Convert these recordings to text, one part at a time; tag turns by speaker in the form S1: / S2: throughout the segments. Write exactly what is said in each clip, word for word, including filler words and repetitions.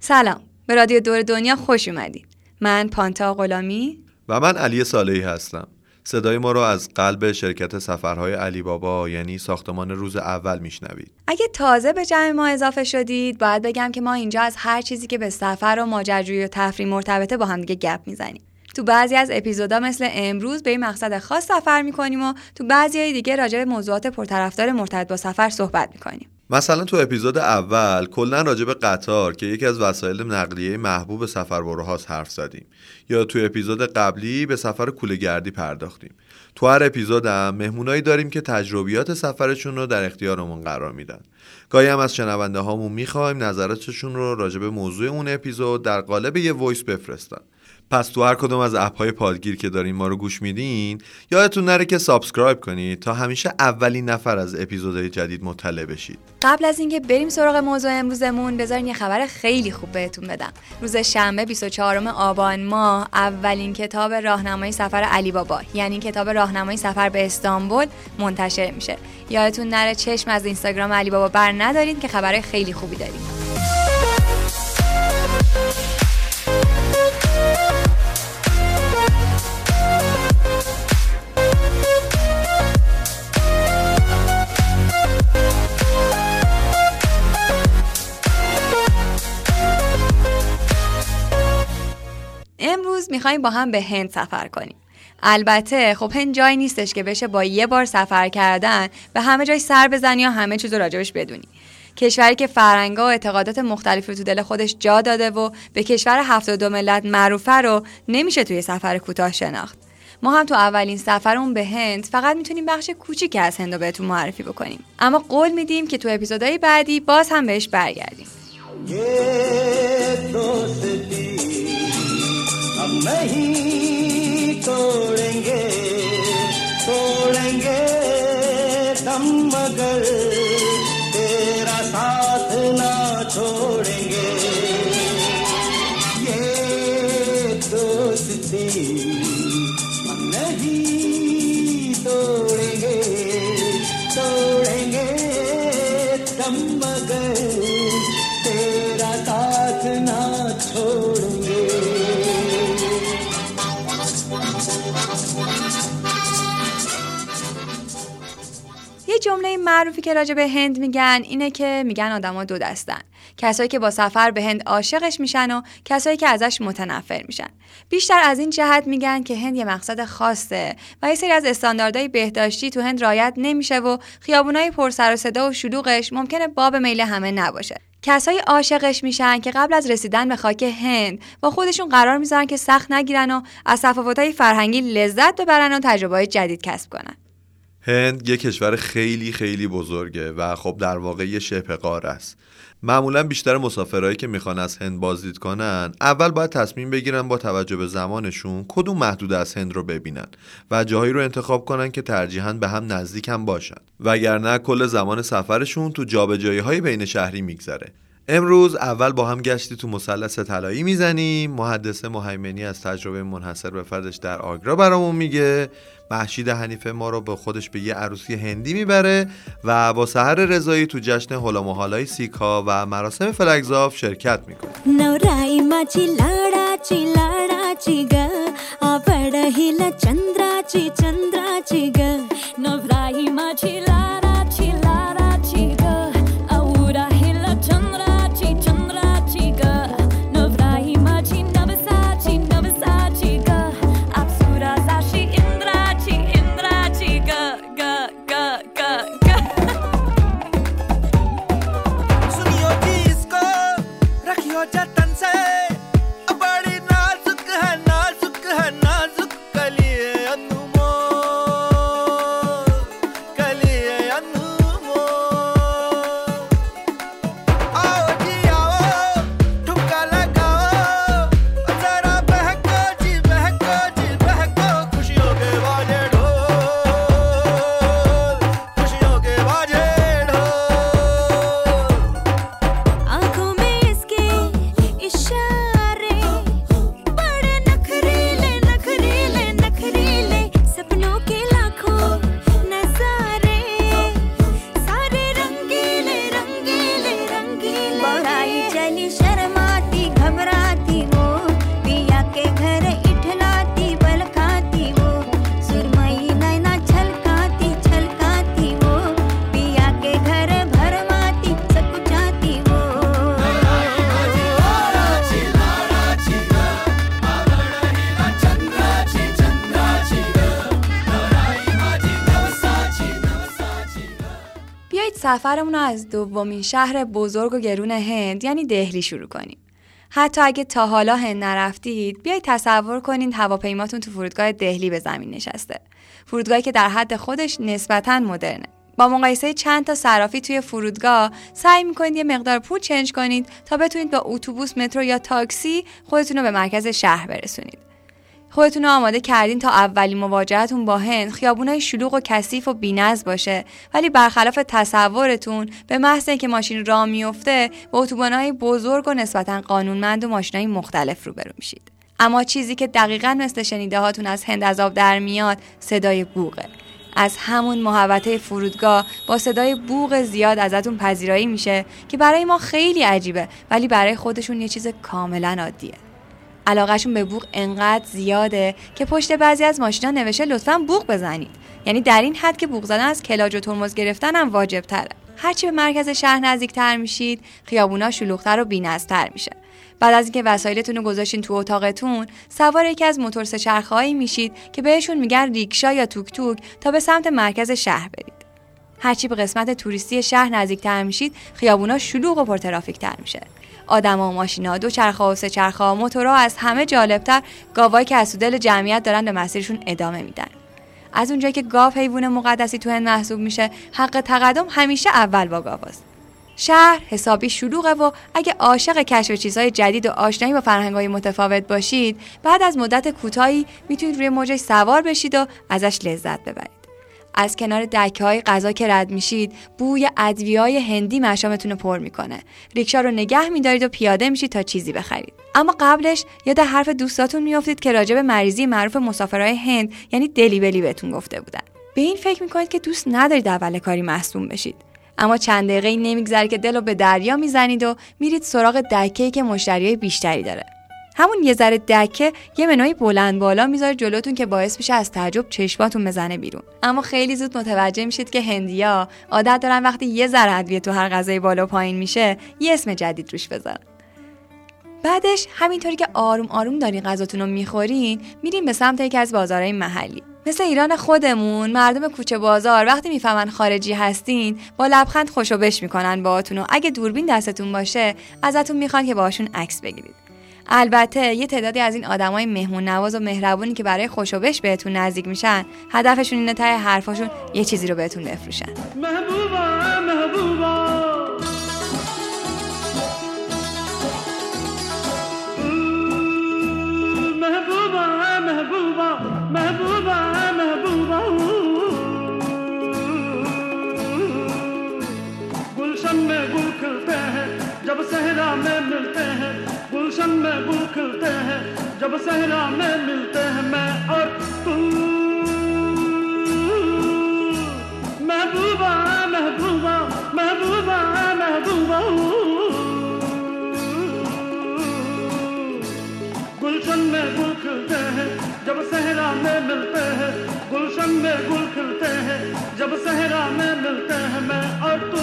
S1: سلام، به رادیو دور دنیا خوش اومدید. من پانتا غلامی
S2: و من علی صالحی هستم. صدای ما رو از قلب شرکت سفرهای علی بابا یعنی ساختمان روز اول میشنوید.
S1: اگه تازه به جمع ما اضافه شدید، باید بگم که ما اینجا از هر چیزی که به سفر و ماجراجویی و تفریح مرتبطه با هم دیگه گپ میزنیم. تو بعضی از اپیزودا مثل امروز به این مقصد خاص سفر میکنیم و تو بعضیای دیگه راجع به موضوعات پرطرفدار مرتبط با سفر صحبت میکنیم.
S2: مثلا تو اپیزود اول کلا راجع به قطار که یکی از وسایل نقلیه محبوب سفربروهاست حرف زدیم، یا تو اپیزود قبلی به سفر کوله‌گردی پرداختیم. تو هر اپیزودم مهمونایی داریم که تجربیات سفرشون رو در اختیارمون قرار میدن. گاهی هم از شنونده هامون میخوایم نظراتشون رو راجع به موضوع اون اپیزود در قالب یه وایس بفرستن. پس تو هر کدوم از اپ‌های پادگیر که دارین ما رو گوش میدین، یادتون نره که سابسکرایب کنید تا همیشه اولین نفر از اپیزودهای جدید مطلع بشید.
S1: قبل از اینکه بریم سراغ موضوع امروزمون، بذارین یه خبر خیلی خوب بهتون بدم. روز شنبه بیست و چهارم آبان ماه اولین کتاب راهنمای سفر علی بابا، یعنی کتاب راهنمای سفر به استانبول منتشر میشه. یادتون نره چشم از اینستاگرام علی بابا بر ندارین که خبر خیلی خوبی داریم. امروز میخوایم با هم به هند سفر کنیم. البته خب هند جایی نیستش که بشه با یه بار سفر کردن به همه جای سر بزنی یا همه چیزو راجبش بدونی. کشوری که فرهنگ‌ها و اعتقادات مختلفی تو دل خودش جا داده و به کشور هفتاد و دو ملت معروفه رو نمیشه توی سفر کوتاه شناخت. ما هم تو اولین سفرمون به هند فقط میتونیم بخش کوچیکی از هند رو بهتون معرفی بکنیم، اما قول میدیم که تو اپیزودهای بعدی باز هم بهش برگردیم.
S3: नहीं तोड़ेंगे तोड़ेंगे दम मगर तेरा साथ ना छोड़ेंगे ये दोस्ती नहीं तोड़ेंगे तोड़ेंगे दम मगर तेरा साथ ना छोड़ेंगे.
S1: یه جمله معروفی که راجع به هند میگن اینه که میگن آدما دو دستن. کسایی که با سفر به هند عاشقش میشن و کسایی که ازش متنفر میشن. بیشتر از این جهت میگن که هند یه مقصد خاصه و یه سری از استانداردهای بهداشتی تو هند رعایت نمیشه و خیابونای پر سر و صدا و شلوغش ممکنه باب میل همه نباشه. کسایی عاشقش میشن که قبل از رسیدن به خاک هند با خودشون قرار میذارن که سخت نگیرن و از تفاوت‌های فرهنگی لذت ببرن و تجربه‌های جدید کسب کنن.
S2: هند یک کشور خیلی خیلی بزرگه و خب در واقع یه شبه قاره است. معمولا بیشتر مسافرایی که میخوان از هند بازدید کنن اول باید تصمیم بگیرن با توجه به زمانشون کدوم محدوده از هند رو ببینن و جاهایی رو انتخاب کنن که ترجیحاً به هم نزدیک هم باشن، وگرنه کل زمان سفرشون تو جابجایی‌های بین شهری میگذره. امروز اول با هم گشتی تو مثلث طلایی میزنیم. محدثه مهیمنی از تجربه منحصر به فردش در آگرا برامون میگه. محشید حنیفه ما رو با خودش به یه عروسی هندی میبره و با سحر رضایی تو جشن هولا محالای سیکها و مراسم فلکزاف شرکت میکنه.
S4: نورائی ماچی لاڑا چی لاڑا چی گا آپڑا ہیلا چندرا چی چندرا چی گا نورائی ماچی لاڑا چی لاڑا چی گا اورا ہیلا چندرا چی چندرا چی گا نورائی ماچی نوسا چی نوسا چی گا اپسورا زاشی اندرا چی اندرا چی گا گا گا گا گا
S3: सुनियो जी इसको रखियो जतन से बड़ी नाजुक है नाजुक है नाजुक कलिए अनमोल कलिए अनमोल आओ जी आओ ठुमका लगाओ जरा बहको जी बहको जी बहको खुशियों के बाजे ढोल खुशियों के बाजे ढोल
S4: आँखों में इसके इशारे
S1: سفرمون رو از دومین شهر بزرگ و گرون هند یعنی دهلی شروع کنیم. حتی اگه تا حالا هند نرفتید، بیایید تصور کنید هواپیماتون تو فرودگاه دهلی به زمین نشسته. فرودگاهی که در حد خودش نسبتاً مدرنه. با مقایسه چند تا صرافی توی فرودگاه سعی می‌کنید یه مقدار پول چنج کنید تا بتونید با اتوبوس، مترو یا تاکسی خودتون رو به مرکز شهر برسونید. خودتون رو آماده کردین تا اولین مواجهتون با هند خیابونای شلوغ و کثیف و بی‌نظم باشه، ولی برخلاف تصورتون به محض اینکه ماشین راه میفته با اتوبان‌های بزرگ و نسبتاً قانونمند و ماشینای مختلف روبرو میشید. اما چیزی که دقیقاً مثل شنیده هاتون از هند از آب در میاد صدای بوقه. از همون محوطه فرودگاه با صدای بوق زیاد ازتون پذیرایی میشه که برای ما خیلی عجیبه، ولی برای خودشون یه چیز کاملاً عادیه. علاقهشون به بوق انقدر زیاده که پشت بعضی از ماشینا نوشته لطفاً بوق بزنید. یعنی در این حد که بوق زدن از کلاج و ترمز گرفتن هم واجب تره. هرچی به مرکز شهر نزدیکتر میشید، خیابونا شلوغ‌تر و بی‌نظم‌تر میشه. بعد از اینکه وسایلتون رو گذاشتین تو اتاقتون، سوار یکی از موتور سه‌چرخه‌هایی میشید که بهشون میگن ریکشا یا توک توک تا به سمت مرکز شهر برید. هرچی به قسمت توریستی شهر نزدیکتر میشید، خیابونا شلوغ و پرترافیک‌تر میشه. آدما و ماشینا، دوچرخه‌ها و سه‌چرخه‌ها، موتورها، از همه جالبتر گاوایی که از دل جمعیت دارن به مسیرشون ادامه میدن. از اونجایی که گاو حیوان مقدسی تو هند محسوب میشه، حق تقدم همیشه اول با گاواست. شهر حسابی شلوغه و اگه عاشق کشف چیزهای جدید و آشنایی با فرهنگ‌های متفاوت باشید، بعد از مدت کوتاهی میتونید روی موجش سوار بشید و ازش لذت ببرید. از کنار دکه‌های غذا که رد میشید، بوی ادویه‌های هندی مشامتون رو پر میکنه. ریکشا رو نگه میدارید و پیاده میشید تا چیزی بخرید. اما قبلش یاد حرف دوستاتون میافتید که راجع به مریضی معروف مسافرای هند یعنی دلی بلی بهتون گفته بودن. به این فکر میکنید که دوست ندارید اول کاری مصدوم بشید. اما چند دقیقه‌ای نمیگذره که دلو به دریا میزنید و میرید سراغ دکه‌ای که مشتریای بیشتری داره. همون یه ذره دکه یه منوی بلند بالا میذاره جلوتون که باعث میشه از تعجب چشماتون بزنه بیرون. اما خیلی زود متوجه میشید که هندیا عادت دارن وقتی یه ذره ادویه تو هر غذای بالا و پایین میشه یه اسم جدید روش بذارن. بعدش همینطوری که آروم آروم دارین غذاتون رو میخورین، میرین به سمت یکی از بازارهای محلی. مثل ایران خودمون، مردم کوچه بازار وقتی میفهمن خارجی هستین با لبخند خوشو بش میکنن باهاتون و اگه دوربین دستتون باشه ازتون میخوان که باهاشون عکس بگیرید. البته یه تعدادی از این آدمای مهمون نواز و مهربونی که برای خوشوبش بهتون نزدیک میشن، هدفشون اینه ته حرفاشون یه چیزی رو بهتون بفروشن.
S3: محبوبا محبوبا محبوبا محبوبا محبوبا محبوبا गुलशन में गुल खिलते हैं जब सहरा में मिलते हैं गुलशन में गुल खिलते हैं जब सहरा में मिलते हैं मैं और तू महबूबा महबूबा महबूबा महबूबा गुलशन में गुल खिलते हैं जब सहरा में मिलते हैं गुलशन में गुल खिलते हैं जब सहरा में मिलते हैं मैं और तू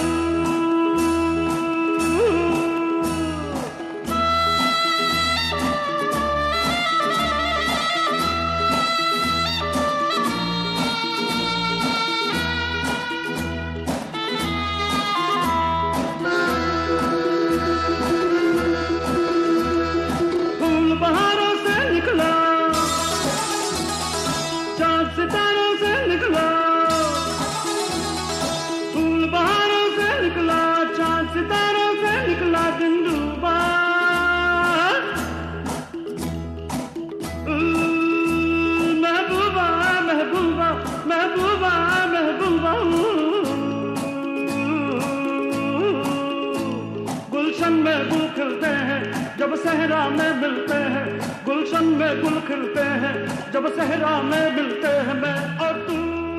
S3: जब सहरा में मिलते हैं गुलशन में गुल खिलते हैं जब सहरा में मिलते हैं मैं और तू.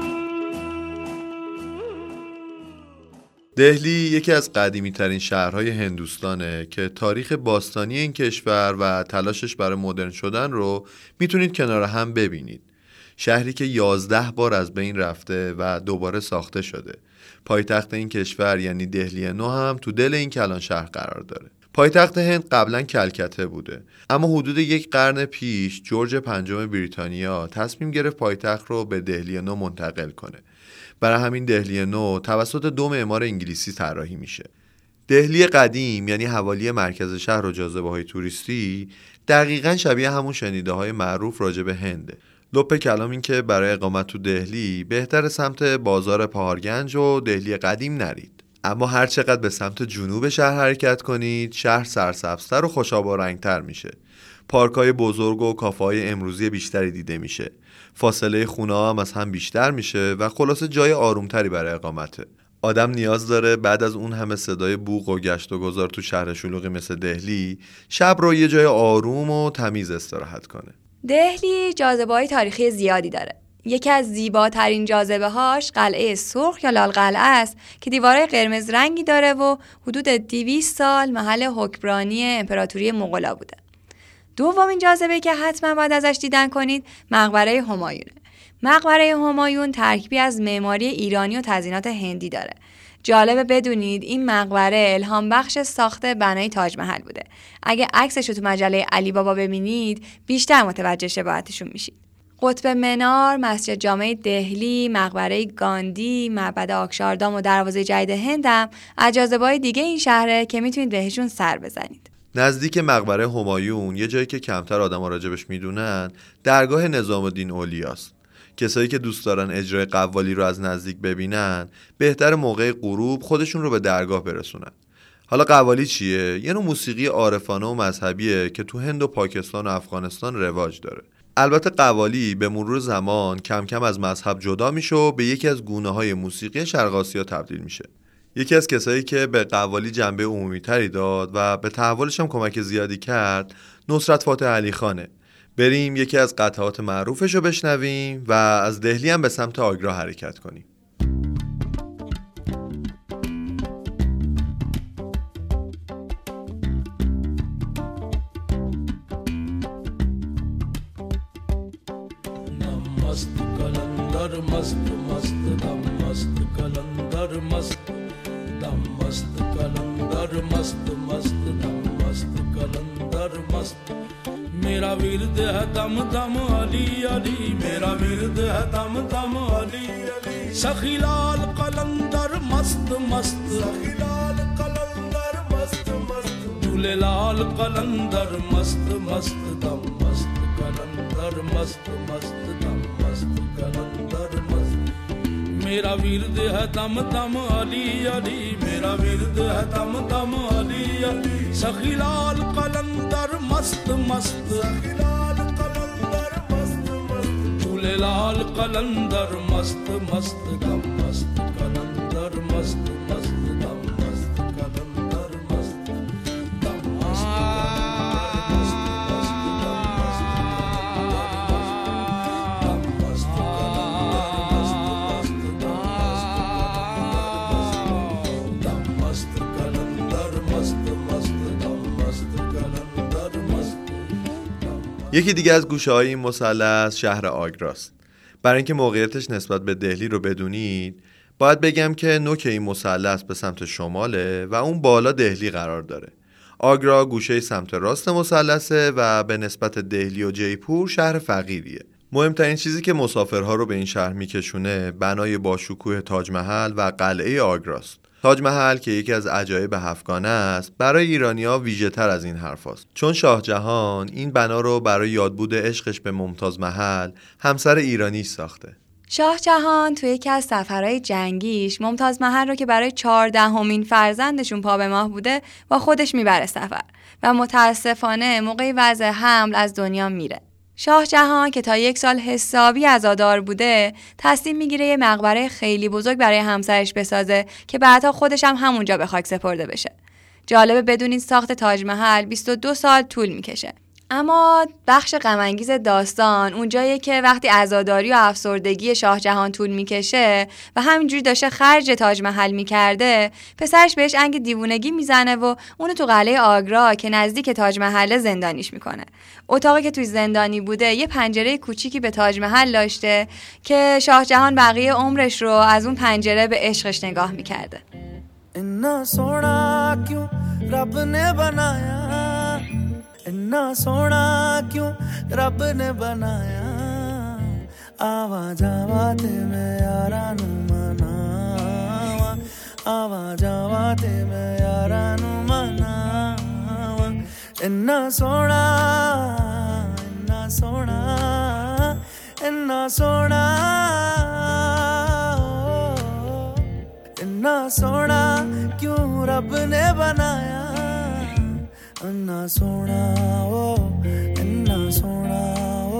S2: دهلی یکی از قدیمی ترین شهرهای هندوستانه که تاریخ باستانی این کشور و تلاشش برای مدرن شدن رو میتونید کنار هم ببینید. شهری که یازده بار از بین رفته و دوباره ساخته شده. پایتخت این کشور یعنی دهلی نو هم تو دل این کلان شهر قرار داره. پایتخت هند قبلا کلکته بوده، اما حدود یک قرن پیش جورج پنجم بریتانیا تصمیم گرفت پایتخت رو به دهلی نو منتقل کنه برای همین دهلی نو توسط دو معمار انگلیسی طراحی میشه. دهلی قدیم یعنی حوالی مرکز شهر و جاذبه‌های توریستی دقیقاً شبیه همون شنیده‌های معروف راجع به هنده. لپ کلام این که برای اقامت تو دهلی بهتر سمت بازار پاهارگنج و دهلی قدیم نرید. اما هر چقدر به سمت جنوب شهر حرکت کنید، شهر سرسبزتر و خوشاب و رنگتر میشه. پارک‌های بزرگ و کافه‌های امروزی بیشتری دیده میشه. فاصله خونه‌ها هم از هم بیشتر میشه و خلاصه جای آرومتری برای اقامته. آدم نیاز داره بعد از اون همه صدای بوق و گشت و گذار تو شهر شلوغی مثل دهلی، شب رو یه جای آروم و تمیز استراحت کنه.
S1: دهلی جاذبه‌های تاریخی زیادی داره. یکی از زیباترین جاذبه هاش قلعه سرخ یا لال قلعه است که دیوارهای قرمز رنگی داره و حدود دویست سال محل حکمرانی امپراتوری مغولا بوده. دومین جاذبه که حتما باید ازش دیدن کنید مقبره همایونه. مقبره همایون ترکیبی از معماری ایرانی و تزیینات هندی داره. جالبه بدونید این مقبره الهام بخش ساخت بنای تاج محل بوده. اگه عکسش رو تو مجله علی بابا ببینید بیشتر متوجه شباهتشون میشید. قطب منار، مسجد جامع دهلی، مقبره گاندی، معبد آکشاردام و دروازه جدید هند هم از جاذبه‌های دیگه این شهره که میتونید بهشون سر بزنید.
S2: نزدیک مقبره همایون یه جایی که کمتر آدم‌ها راجبش میدونن، درگاه نظام الدین اولیاست. کسایی که دوست دارن اجرای قوالی رو از نزدیک ببینن، بهتر موقع غروب خودشون رو به درگاه برسونن. حالا قوالی چیه؟ یه نوع موسیقی عارفانه و مذهبیه که تو هند و پاکستان و افغانستان رواج داره. البته قوالی به مرور زمان کم کم از مذهب جدا میشه و به یکی از گونه‌های موسیقی شرق آسیا تبدیل میشه. یکی از کسایی که به قوالی جنبه عمومی تری داد و به تحولش هم کمک زیادی کرد، نصرت فاتح علی خانه. بریم یکی از قطعات معروفش رو بشنویم و از دهلی هم به سمت آگرا حرکت کنیم.
S5: मस्त कलंदर मस्त मस्त दम मस्त कलंदर मस्त दम मस्त कलंदर मस्त मस्त दम मस्त कलंदर मस्त मेरा विरद है दम दम अली अली मेरा विरद है दम दम अली अली सखी लाल कलंदर मस्त मस्त सखी लाल कलंदर मस्त मस्त दूल्हे लाल कलंदर मस्त मस्त दम मस्त कलंदर मस्त मस्त दम मस्त कलंदर मस्त मेरा विरद है दम दम अली अली मेरा विरद है दम दम अली अली सखी लाल कलंदर मस्त मस्त सखी लाल कलंदर मस्त मस्त दूल्हे लाल कलंदर मस्त मस्त दम मस्त कलंदर मस्त मस्त दम मस्त कलंदर मस्त दम मस्त
S2: یکی دیگه از گوشه‌های این مثلث شهر آگراست. برای اینکه موقعیتش نسبت به دهلی رو بدونید، باید بگم که نوک این مثلث به سمت شماله و اون بالا دهلی قرار داره. آگرا گوشه سمت راست مثلثه و به نسبت دهلی و جیپور شهر فقیریه. مهمترین چیزی که مسافرها رو به این شهر میکشونه بنای باشکوه تاج محل و قلعه آگراست. تاج محل که یکی از عجایب هفتگانه است، برای ایرانی‌ها ویژه‌تر از این حرف است. چون شاه جهان این بنا رو برای یادبود عشقش به ممتاز محل، همسر ایرانی ساخته.
S1: شاه جهان توی یکی از سفرهای جنگیش ممتاز محل رو که برای چهاردهمین فرزندشون پا به ماه بوده با خودش میبره سفر و متاسفانه موقع وضع حمل از دنیا میره. شاه جهان که تا یک سال حسابی عزادار بوده تصمیم میگیره یه مقبره خیلی بزرگ برای همسرش بسازه که بعدها خودش هم همونجا به خاک سپرده بشه. جالبه بدونید ساخت تاج محل بیست و دو سال طول میکشه. اما بخش غم انگیز داستان اونجاییه که وقتی عزاداری و افسردگی شاه جهان طول میکشه و همینجوری داشته خرج تاج محل میکرده، پسرش بهش انگ دیوونگی میزنه و اونو تو قلعه آگرا که نزدیک تاج محل زندانیش میکنه. اتاقی که توی زندانی بوده یه پنجره کوچیکی به تاج محل داشته که شاه جهان بقیه عمرش رو از اون پنجره به عشقش نگاه میکرده.
S3: इन्ना सोना क्यों रब ने बनाया इन्ना सोना क्यों रब ने बनाया आवा जावा ते मैं यारा नू आवा जावा ते मैं यारां नू मनावां इन्ना सोहना इन्ना सोहना इन्ना सोहना इन्ना सोहना क्यों रब ने बनाया इन्ना सोहना ओ इन्ना सोहना ओ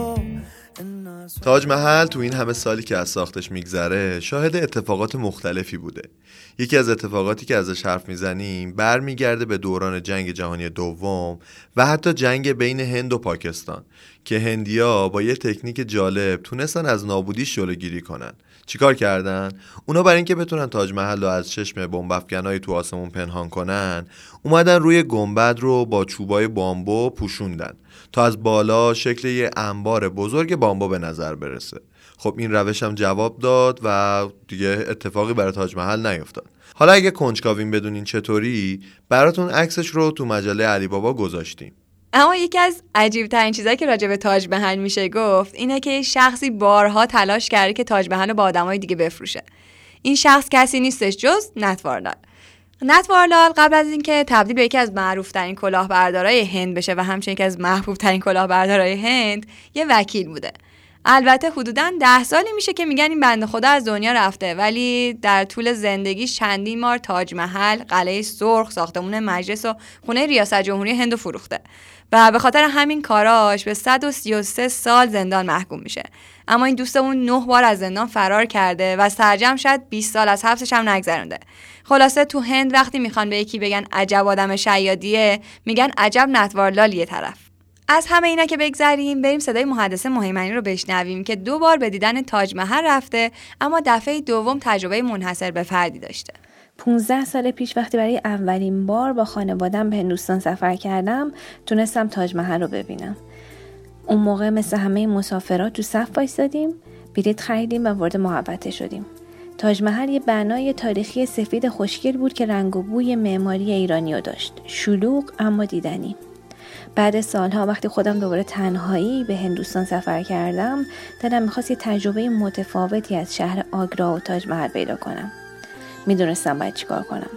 S3: इन्ना
S2: تاج محل تو این همه سالی که از ساختش میگذره شاهد اتفاقات مختلفی بوده. یکی از اتفاقاتی که ازش حرف میزنیم برمیگرده به دوران جنگ جهانی دوم و حتی جنگ بین هند و پاکستان که هندیا با یه تکنیک جالب تونستن از نابودیش جلوگیری کنن. چیکار کردن؟ اونا برای اینکه بتونن تاج محل رو از چشم بمب افکنای تو آسمون پنهان کنن، اومدن روی گنبد رو با چوبای بامبو پوشوندن تا از بالا شکل یه انبار بزرگ بامبو به نظر برسه. خب این روش هم جواب داد و دیگه اتفاقی برای تاج محل نیفتاد. حالا اگه کنجکاوین بدونین چطوری، براتون عکسش رو تو مجله علی بابا گذاشتیم.
S1: اما یکی از عجیب ترین چیزایی که راجع به تاج محل میشه گفت اینه که شخصی بارها تلاش کرده که تاج محل رو با آدمای دیگه بفروشه. این شخص کسی نیستش جز نتوارلال. نتوارلال قبل از اینکه تبدیل به یکی از معروف ترین کلاهبردارای هند بشه و همچنین یکی از محبوب ترین کلاهبردارای هند، یه وکیل بوده. البته حدوداً ده سالی میشه که میگن این بنده خدا از دنیا رفته، ولی در طول زندگیش چندین بار تاج محل، قلعه سرخ، ساختمون مجلس و خونه ریاست جمهوری هند رو فروخته و به خاطر همین کاراش به صد و سی و سه سال زندان محکوم میشه. اما این دوستمون نه بار از زندان فرار کرده و سرجم شاید بیست سال از حبسش هم نگذرونده. خلاصه تو هند وقتی میخوان به یکی بگن عجب آدم شیادیه، میگن عجب نتوارلالیه طرف. از همه اینا که بگذریم، بریم صدای محدث مهیمنی رو بشنویم که دو بار به دیدن تاج محل رفته اما دفعه دوم تجربه منحصر به فردی داشته.
S6: پونزده سال پیش وقتی برای اولین بار با خانوادم به هندوستان سفر کردم تونستم تاج محل رو ببینم. اون موقع مثل همه مسافرات تو صف وایسادیم، بلیط خریدیم و وارد محوطه شدیم. تاج محل یه بنای تاریخی سفید خوشگل بود که رنگ و بوی معماری ایرانیو داشت. شلوغ اما دیدنی. بعد سالها وقتی خودم دوباره تنهایی به هندوستان سفر کردم، دلم می‌خواست یه تجربه متفاوتی از شهر آگرا و تاج محل پیدا کنم. میدونستم باید چیکار کنم.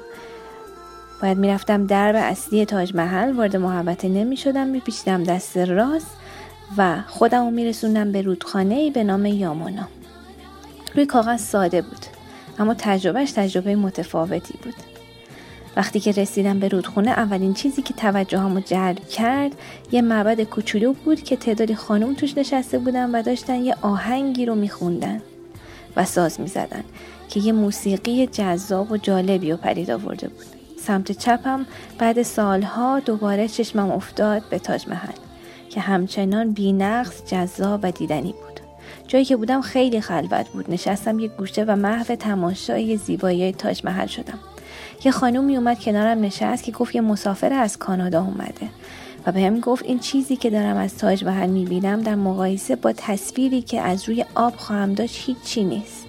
S6: باید میرفتم درب اصلی تاج محل، وارد محوطه نمیشدم، میپیچیدم دست راست و خودمو میرسوندم به رودخانه‌ای به نام یامونا. روی کاغذ ساده بود، اما تجربهش تجربه متفاوتی بود. وقتی که رسیدم به رودخونه، اولین چیزی که توجهمو جلب کرد یه معبد کوچولو بود که تعدادی خانم توش نشسته بودن و داشتن یه آهنگی رو میخوندن و ساز میزدن که یه موسیقی جذاب و جالبی رو پدید آورده بود. سمت چپم بعد سالها دوباره چشمم افتاد به تاج محل که همچنان بی‌نقص جذاب و دیدنی بود. جایی که بودم خیلی خلوت بود. نشستم یه گوشه و محو تماشای زیبایی تاج محل شدم. یه خانومی اومد کنارم نشست که گفت یه مسافر از کانادا اومده و بهم گفت این چیزی که دارم از تاج محل میبینم در مقایسه با تصویری که از روی آب خواهم داشت هیچی نیست.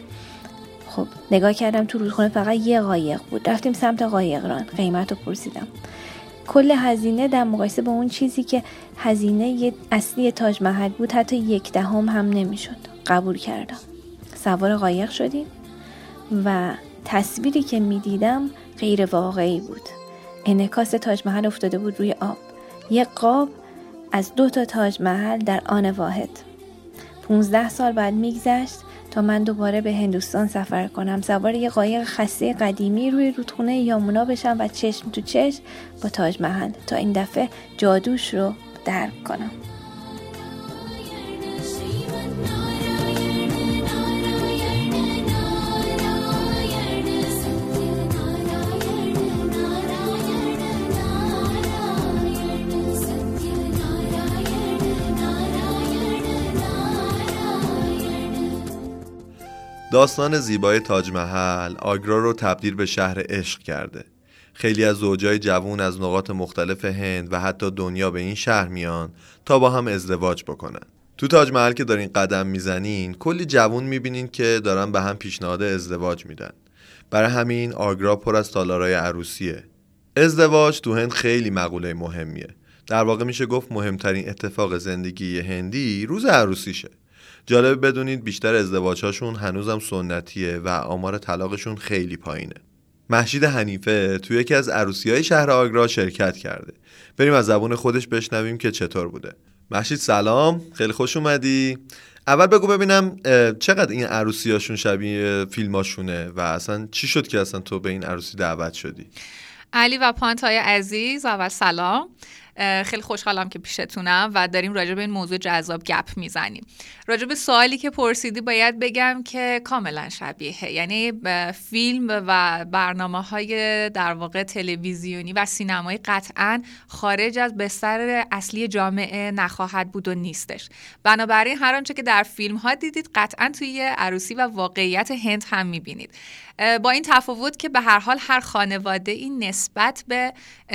S6: خب نگاه کردم تو رودخونه فقط یه قایق بود. رفتیم سمت قایقران، قیمت رو پرسیدم. کل هزینه در مقایسه با اون چیزی که هزینه اصلی تاج محل بود حتی یک دهم هم نمیشد. قبول کردم. سوار قایق شدیم و تصویری که میدیدم غیر واقعی بود. انعکاس تاج محل افتاده بود روی آب. یک قاب از دو تا تاج محل در آن واحد. پونزده سال بعد میگذشت تا من دوباره به هندوستان سفر کنم، سوار یه قایق خسته قدیمی روی رودخونه یامونا بشم و چشم تو چشم با تاج محل تا این دفعه جادوش رو درک کنم.
S2: داستان زیبای تاج محل آگرا رو تبدیل به شهر عشق کرده. خیلی از زوجای جوون از نقاط مختلف هند و حتی دنیا به این شهر میان تا با هم ازدواج بکنن. تو تاج محل که دارین قدم میزنین کلی جوون میبینین که دارن به هم پیشنهاد ازدواج میدن. برای همین آگرا پر از تالارای عروسیه. ازدواج تو هند خیلی مقوله مهمیه. در واقع میشه گفت مهمترین اتفاق زندگی هندی روز عروسیشه. جالب بدونید بیشتر ازدواجهاشون هنوزم سنتیه و آمار طلاقشون خیلی پایینه. مهشید حنیفه توی یکی از عروسی‌های شهر آگرا شرکت کرده. بریم از زبون خودش بشنویم که چطور بوده. مهشید سلام، خیلی خوش اومدی. اول بگو ببینم چقدر این عروسیاشون شبیه فیلماشونه و اصلا چی شد که اصلا تو به این عروسی دعوت شدی؟
S7: علی و پانتای عزیز، اول سلام. خیلی خوشحالم که پیشتونم و داریم راجع به این موضوع جذاب گپ میزنیم. راجع به سوالی که پرسیدی باید بگم که کاملا شبیهه، یعنی فیلم و برنامه‌های در واقع تلویزیونی و سینمایی قطعاً خارج از بستر اصلی جامعه نخواهد بود و نیستش. بنابراین هر آنچه که در فیلم‌ها دیدید قطعاً توی عروسی و واقعیت هند هم می‌بینید. با این تفاوت که به هر حال هر خانواده این نسبت به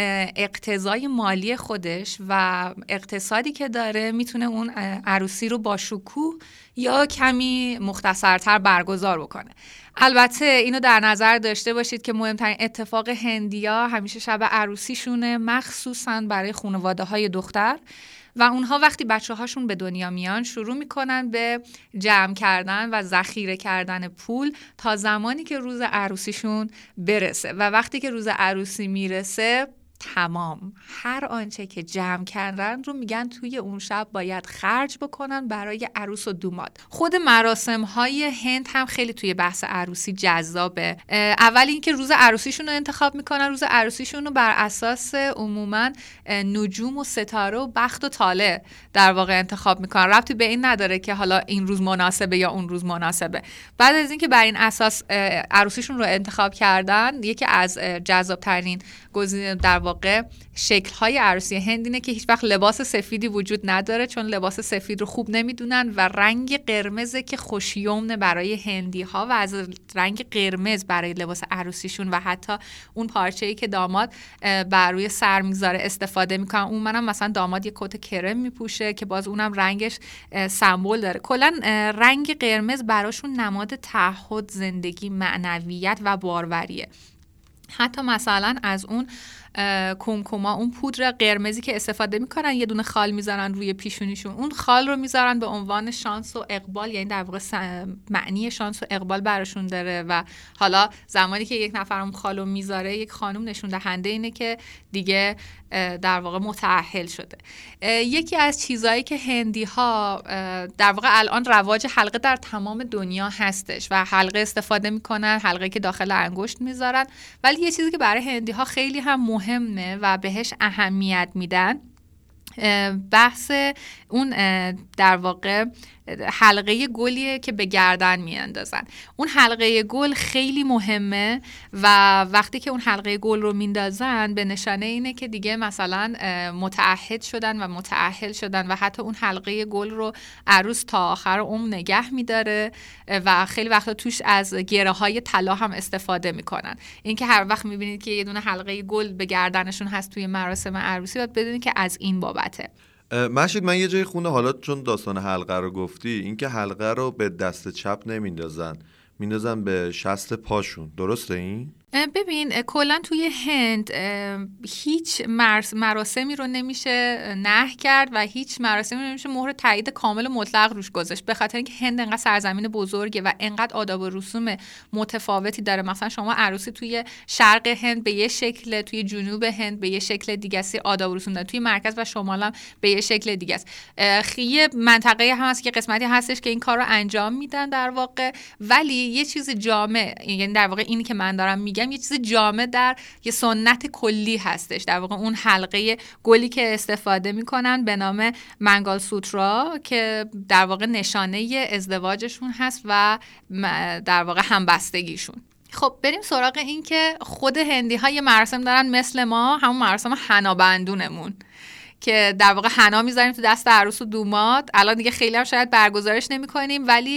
S7: اقتضای مالی خودش و اقتصادی که داره میتونه اون عروسی رو با شکوه یا کمی مختصرتر برگزار بکنه. البته اینو در نظر داشته باشید که مهمترین اتفاق هندیا همیشه شب عروسیشونه، مخصوصاً برای خانواده های دختر، و اونها وقتی بچه هاشون به دنیا میان شروع میکنن به جمع کردن و ذخیره کردن پول تا زمانی که روز عروسیشون برسه و وقتی که روز عروسی میرسه تمام هر آنچه که جمع کردن رو میگن توی اون شب باید خرج بکنن برای عروس و دوماد. خود مراسم های هند هم خیلی توی بحث عروسی جذابه. اول اینکه روز عروسیشون رو انتخاب میکنن، روز عروسیشون رو بر اساس عموما نجوم و ستاره و بخت و طالع در واقع انتخاب میکنن. ربطی به این نداره که حالا این روز مناسبه یا اون روز مناسبه. بعد از اینکه بر این اساس عروسیشون رو انتخاب کردن، یکی از جذابترین گزینه در واقع شکل‌های عروسی هند اینه که هیچ وقت لباس سفیدی وجود نداره، چون لباس سفید رو خوب نمیدونن و رنگ قرمزه که خوشیومنه برای هندی‌ها و از رنگ قرمز برای لباس عروسیشون و حتی اون پارچه‌ای که داماد بر روی سر میذاره استفاده میکنن. اون منم مثلا داماد یه کت کرم میپوشه که باز اونم رنگش سمبل داره. کلا رنگ قرمز براشون نماد تعهد، زندگی، معنویت و باروریه. حتی مثلا از اون کومکوما، اون پودر قرمزی که استفاده میکنن، یه دونه خال میذارن روی پیشونیشون، اون خال رو میذارن به عنوان شانس و اقبال، یعنی در واقع معنی شانس و اقبال براشون داره و حالا زمانی که یک نفر اون خال رو میذاره یک خانم نشون دهنده اینه که دیگه در واقع متأهل شده. یکی از چیزایی که هندی ها در واقع الان رواج حلقه در تمام دنیا هستش و حلقه استفاده میکنن، حلقه که داخل انگشت میذارن، ولی یه چیزی که برای هندی ها خیلی هم مهمه و بهش اهمیت میدن بحث اون در واقع حلقه گلیه که به گردن میاندازن. اون حلقه گل خیلی مهمه و وقتی که اون حلقه گل رو میندازن به نشانه اینه که دیگه مثلا متعهد شدن و متأهل شدن و حتی اون حلقه گل رو عروس تا آخر عمر نگه میداره و خیلی وقتا توش از گره های طلا هم استفاده میکنن. این که هر وقت میبینید که یه دونه حلقه گل به گردنشون هست توی مراسم عروسی باید بدونید که از این بابته.
S2: مهشید، من یه جای خونه، حالا چون داستان حلقه رو گفتی، این که حلقه رو به دست چپ نمیندازن، میندازن به شست پاشون، درسته این؟
S7: ببین کلا توی هند هیچ مراسمی رو نمیشه نهی کرد و هیچ مراسمی رو نمیشه مهر تایید کامل و مطلق روش گذاشت، به خاطر اینکه هند انقدر سرزمین بزرگه و انقدر آداب و رسوم متفاوتی داره. مثلا شما عروسی توی شرق هند به یه شکل، توی جنوب هند به یه شکل دیگه است، آداب و رسوم داره، توی مرکز و شمال هم به یه شکل دیگه است. یه منطقه هم هست که قسمتی هستش که این کار رو انجام میدن در واقع، ولی یه چیز جامع، یعنی در واقع اینی که من دارم میگم یه چیز جامع در یه سنت کلی هستش. در واقع اون حلقه گلی که استفاده میکنن به نام منگال سوترا که در واقع نشانه ازدواجشون هست و در واقع همبستگیشون. خب بریم سراغ این که خود هندی ها یه مراسم دارن مثل ما، همون مراسم حنا بندونمون که در واقع حنا میذاریم تو دست عروس و دوماد. الان دیگه خیلی هم شاید برگزارش نمی کنیم، ولی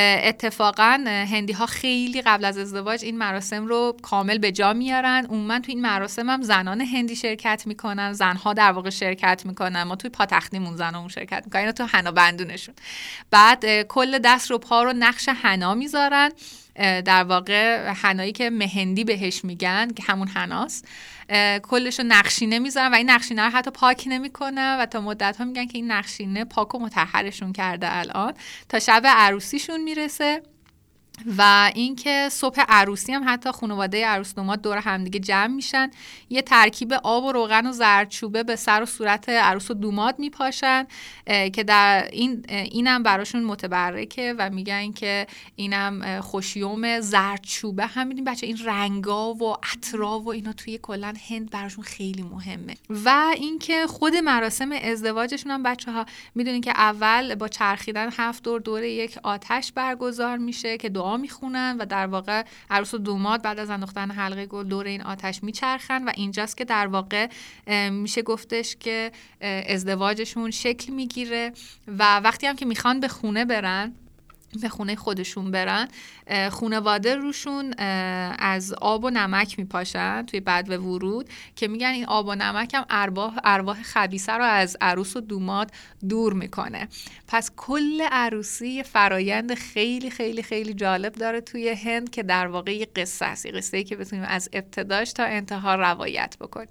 S7: اتفاقا هندی ها خیلی قبل از ازدواج این مراسم رو کامل به جا میارن. عموما تو این مراسم هم زنان هندی شرکت میکنن، زنها در واقع شرکت میکنن، ما توی پاتختیمون زنامون شرکت میکنن، اینا تو حنا بندونشون. بعد کل دست رو پا رو نقش حنا میذارن، در واقع حنایی که مهندی بهش میگن که همون حناست، کلشو نقشینه میذارن و این نقشینه رو حتی پاک نمیکنن و تا مدت ها میگن که این نقشینه پاک و مطهرشون کرده الان تا شب عروسیشون میرسه و اینکه صبح عروسی هم حتی خانواده عروس داماد دور همدیگه جمع میشن، یه ترکیب آب و روغن و زردچوبه به سر و صورت عروس و داماد میپاشن که در این اینم براشون متبرکه و میگن که اینم خوشیوم زردچوبه. همین بچه این رنگا و عطرا و اینا توی کلا هند براشون خیلی مهمه. و اینکه خود مراسم ازدواجشون هم بچه‌ها میدونین که اول با چرخیدن هفت دور دور یک آتش برگزار میشه که دعا میخونن و در واقع عروس و داماد بعد از انداختن حلقه گل دور این آتش میچرخن و اینجاست که در واقع میشه گفتش که ازدواجشون شکل میگیره. و وقتی هم که میخوان به خونه برن، به خونه خودشون برن، خانواده روشون از آب و نمک میپاشن توی بدو ورود که میگن این آب و نمک هم ارواح ارواح خبیثه رو از عروس و داماد دور میکنه. پس کل عروسی فرایند خیلی خیلی خیلی جالب داره توی هند که در واقع یه قصه است، یه قصه‌ای که بتونیم از ابتداش تا انتها روایت بکنیم.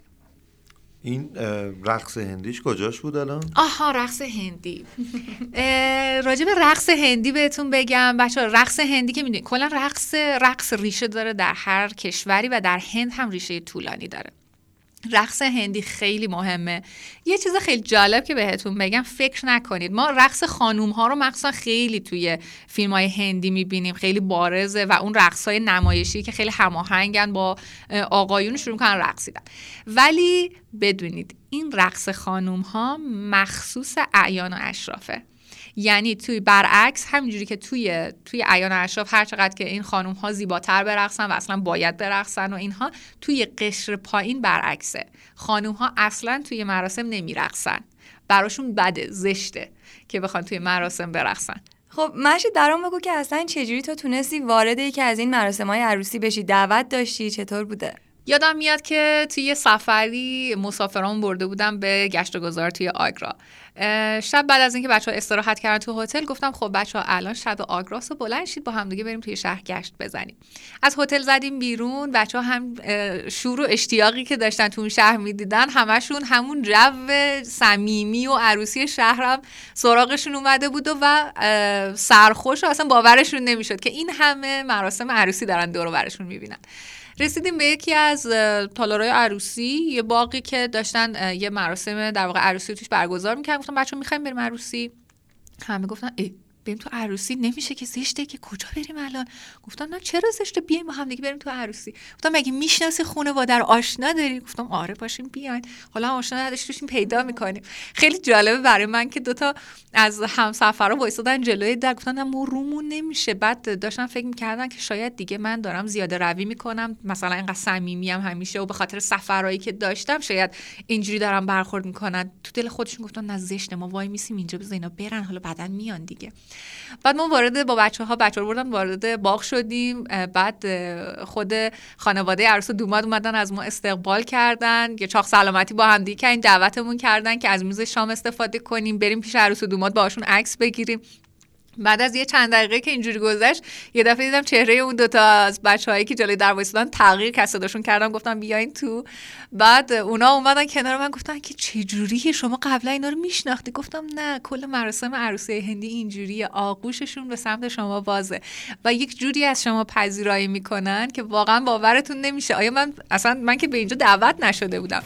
S2: این رقص هندیش کجاش بود الان؟
S7: آها رقص هندی. راجع به رقص هندی بهتون بگم بچه‌ها، رقص هندی که میدونید کلا رقص رقص ریشه داره در هر کشوری و در هند هم ریشه طولانی داره. رقص هندی خیلی مهمه. یه چیز خیلی جالب که بهتون بگم، فکر نکنید ما رقص خانوم ها رو مخصوصا خیلی توی فیلم های هندی میبینیم، خیلی بارزه و اون رقص های نمایشی که خیلی هماهنگن با آقایون شروع میکنن رقصیدن. ولی بدونید این رقص خانوم ها مخصوص اعیان و اشرافه. یعنی توی برعکس همینجوری که توی توی اعیان اشراف هر چقدر که این خانم ها زیباتر برقصن و اصلا باید برقصن و اینها، توی قشر پایین برعکسه. خانم ها اصلا توی مراسم نمیرقصن، براشون بده، زشته که بخوان توی مراسم برقصن.
S1: خب مشید درام بگو که اصلا چجوری تو تونستی وارد یکی از این مراسم‌های عروسی بشی؟ دعوت داشتی؟ چطور بوده؟
S7: یادم میاد که توی یه سفری مسافران برده بودم به گشت و گذار توی آگرا. شب بعد از اینکه بچه‌ها استراحت کردن تو هتل، گفتم خب بچه‌ها الان شب آگراست و بلند شید با هم دیگه بریم توی شهر گشت بزنیم. از هتل زدیم بیرون، بچه‌ها هم شور و اشتیاقی که داشتن تو اون شهر می‌دیدن همشون همون جو صمیمی و عروسی شهرم سراغشون اومده بود و سرخوش و اصلا باورشون نمی‌شد که این همه مراسم عروسی دارن دور و برشون می‌بینن. رسیدیم به یکی از تالارهای عروسی، یه باقی که داشتن یه مراسم در واقع عروسی توش برگزار می‌کردن. گفتم بچه‌ها می‌خوایم بریم عروسی؟ همه گفتن ای بریم تو عروسی؟ نمیشه که، زشته که، کجا بریم الان؟ گفتم نه چرا زشته، بیایم با هم دیگه بریم تو عروسی. گفتم مگه میشناسی خانواده رو، آشنا داری؟ گفتم آره باشیم بیاین. حالا آشنا نداشتیم پیدا میکنیم. خیلی جالبه برای من که دوتا از همسفرا وایسادن جلوی در، گفتن نه ما رومون نمیشه. بعد داشتن فکر میکردن که شاید دیگه من دارم زیاده روی میکنم، مثلا اینقدر صمیمی هم همیشه و به خاطر سفرایی که داشتم شاید اینجوری دارم برخورد میکنن. تو دل خودشون گفتن نه زشته، ما وای میسیم اینجا بذار اینا برن، حالا بعدن میان دیگه. بعد ما وارد با بچه‌ها بچه‌ها بردن وارد باغ شدیم. بعد خود خانواده عروس و داماد اومدن از ما استقبال کردن، یه چاق سلامتی با هم دیگه کردن، دعوتمون کردن که از میز شام استفاده کنیم، بریم پیش عروس و داماد باهاشون عکس بگیریم. بعد از یه چند دقیقه که اینجوری گذشت، یه دفعه دیدم چهره اون دوتا از بچه‌هایی که جلوی در وایسادن تغییر کرد، صداشون کردم گفتم بیاین تو. بعد اونا اومدن کنار من گفتن که چه جوریه، شما قبلا اینا رو میشناختی؟ گفتم نه، کل مراسم عروسی هندی اینجوریه، آغوششون به سمت شما بازه و یک جوری از شما پذیرایی میکنن که واقعا باورتون نمیشه. آیا من اصلا من که به اینجا دعوت نشده بودم.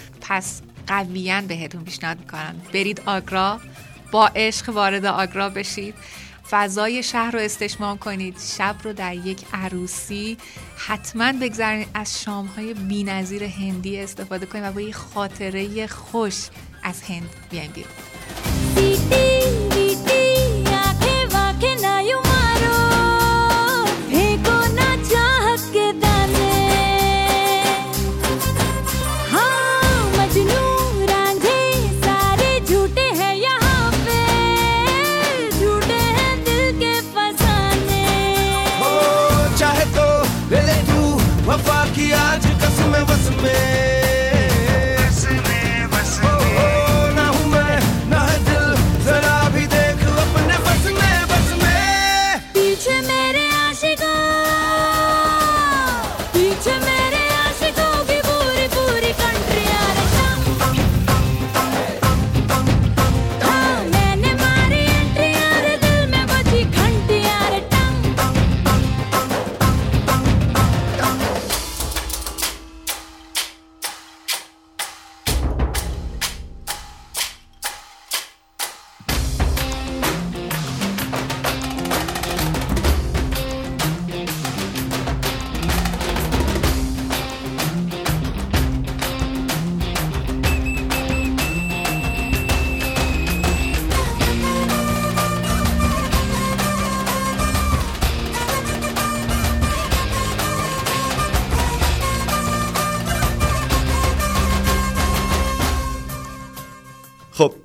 S7: پس قویاً بهتون پیشنهاد میکنم برید آگرا، با عشق وارد آگرا بشید، فضای شهر رو استشمام کنید، شب رو در یک عروسی حتما بگذارید، از شام‌های بی‌نظیر هندی استفاده کنید و با یه خاطره خوش از هند بیاین بیرون.
S3: वफा की आज कसम बस में बस में बस में ना हूँ मैं ना है दिल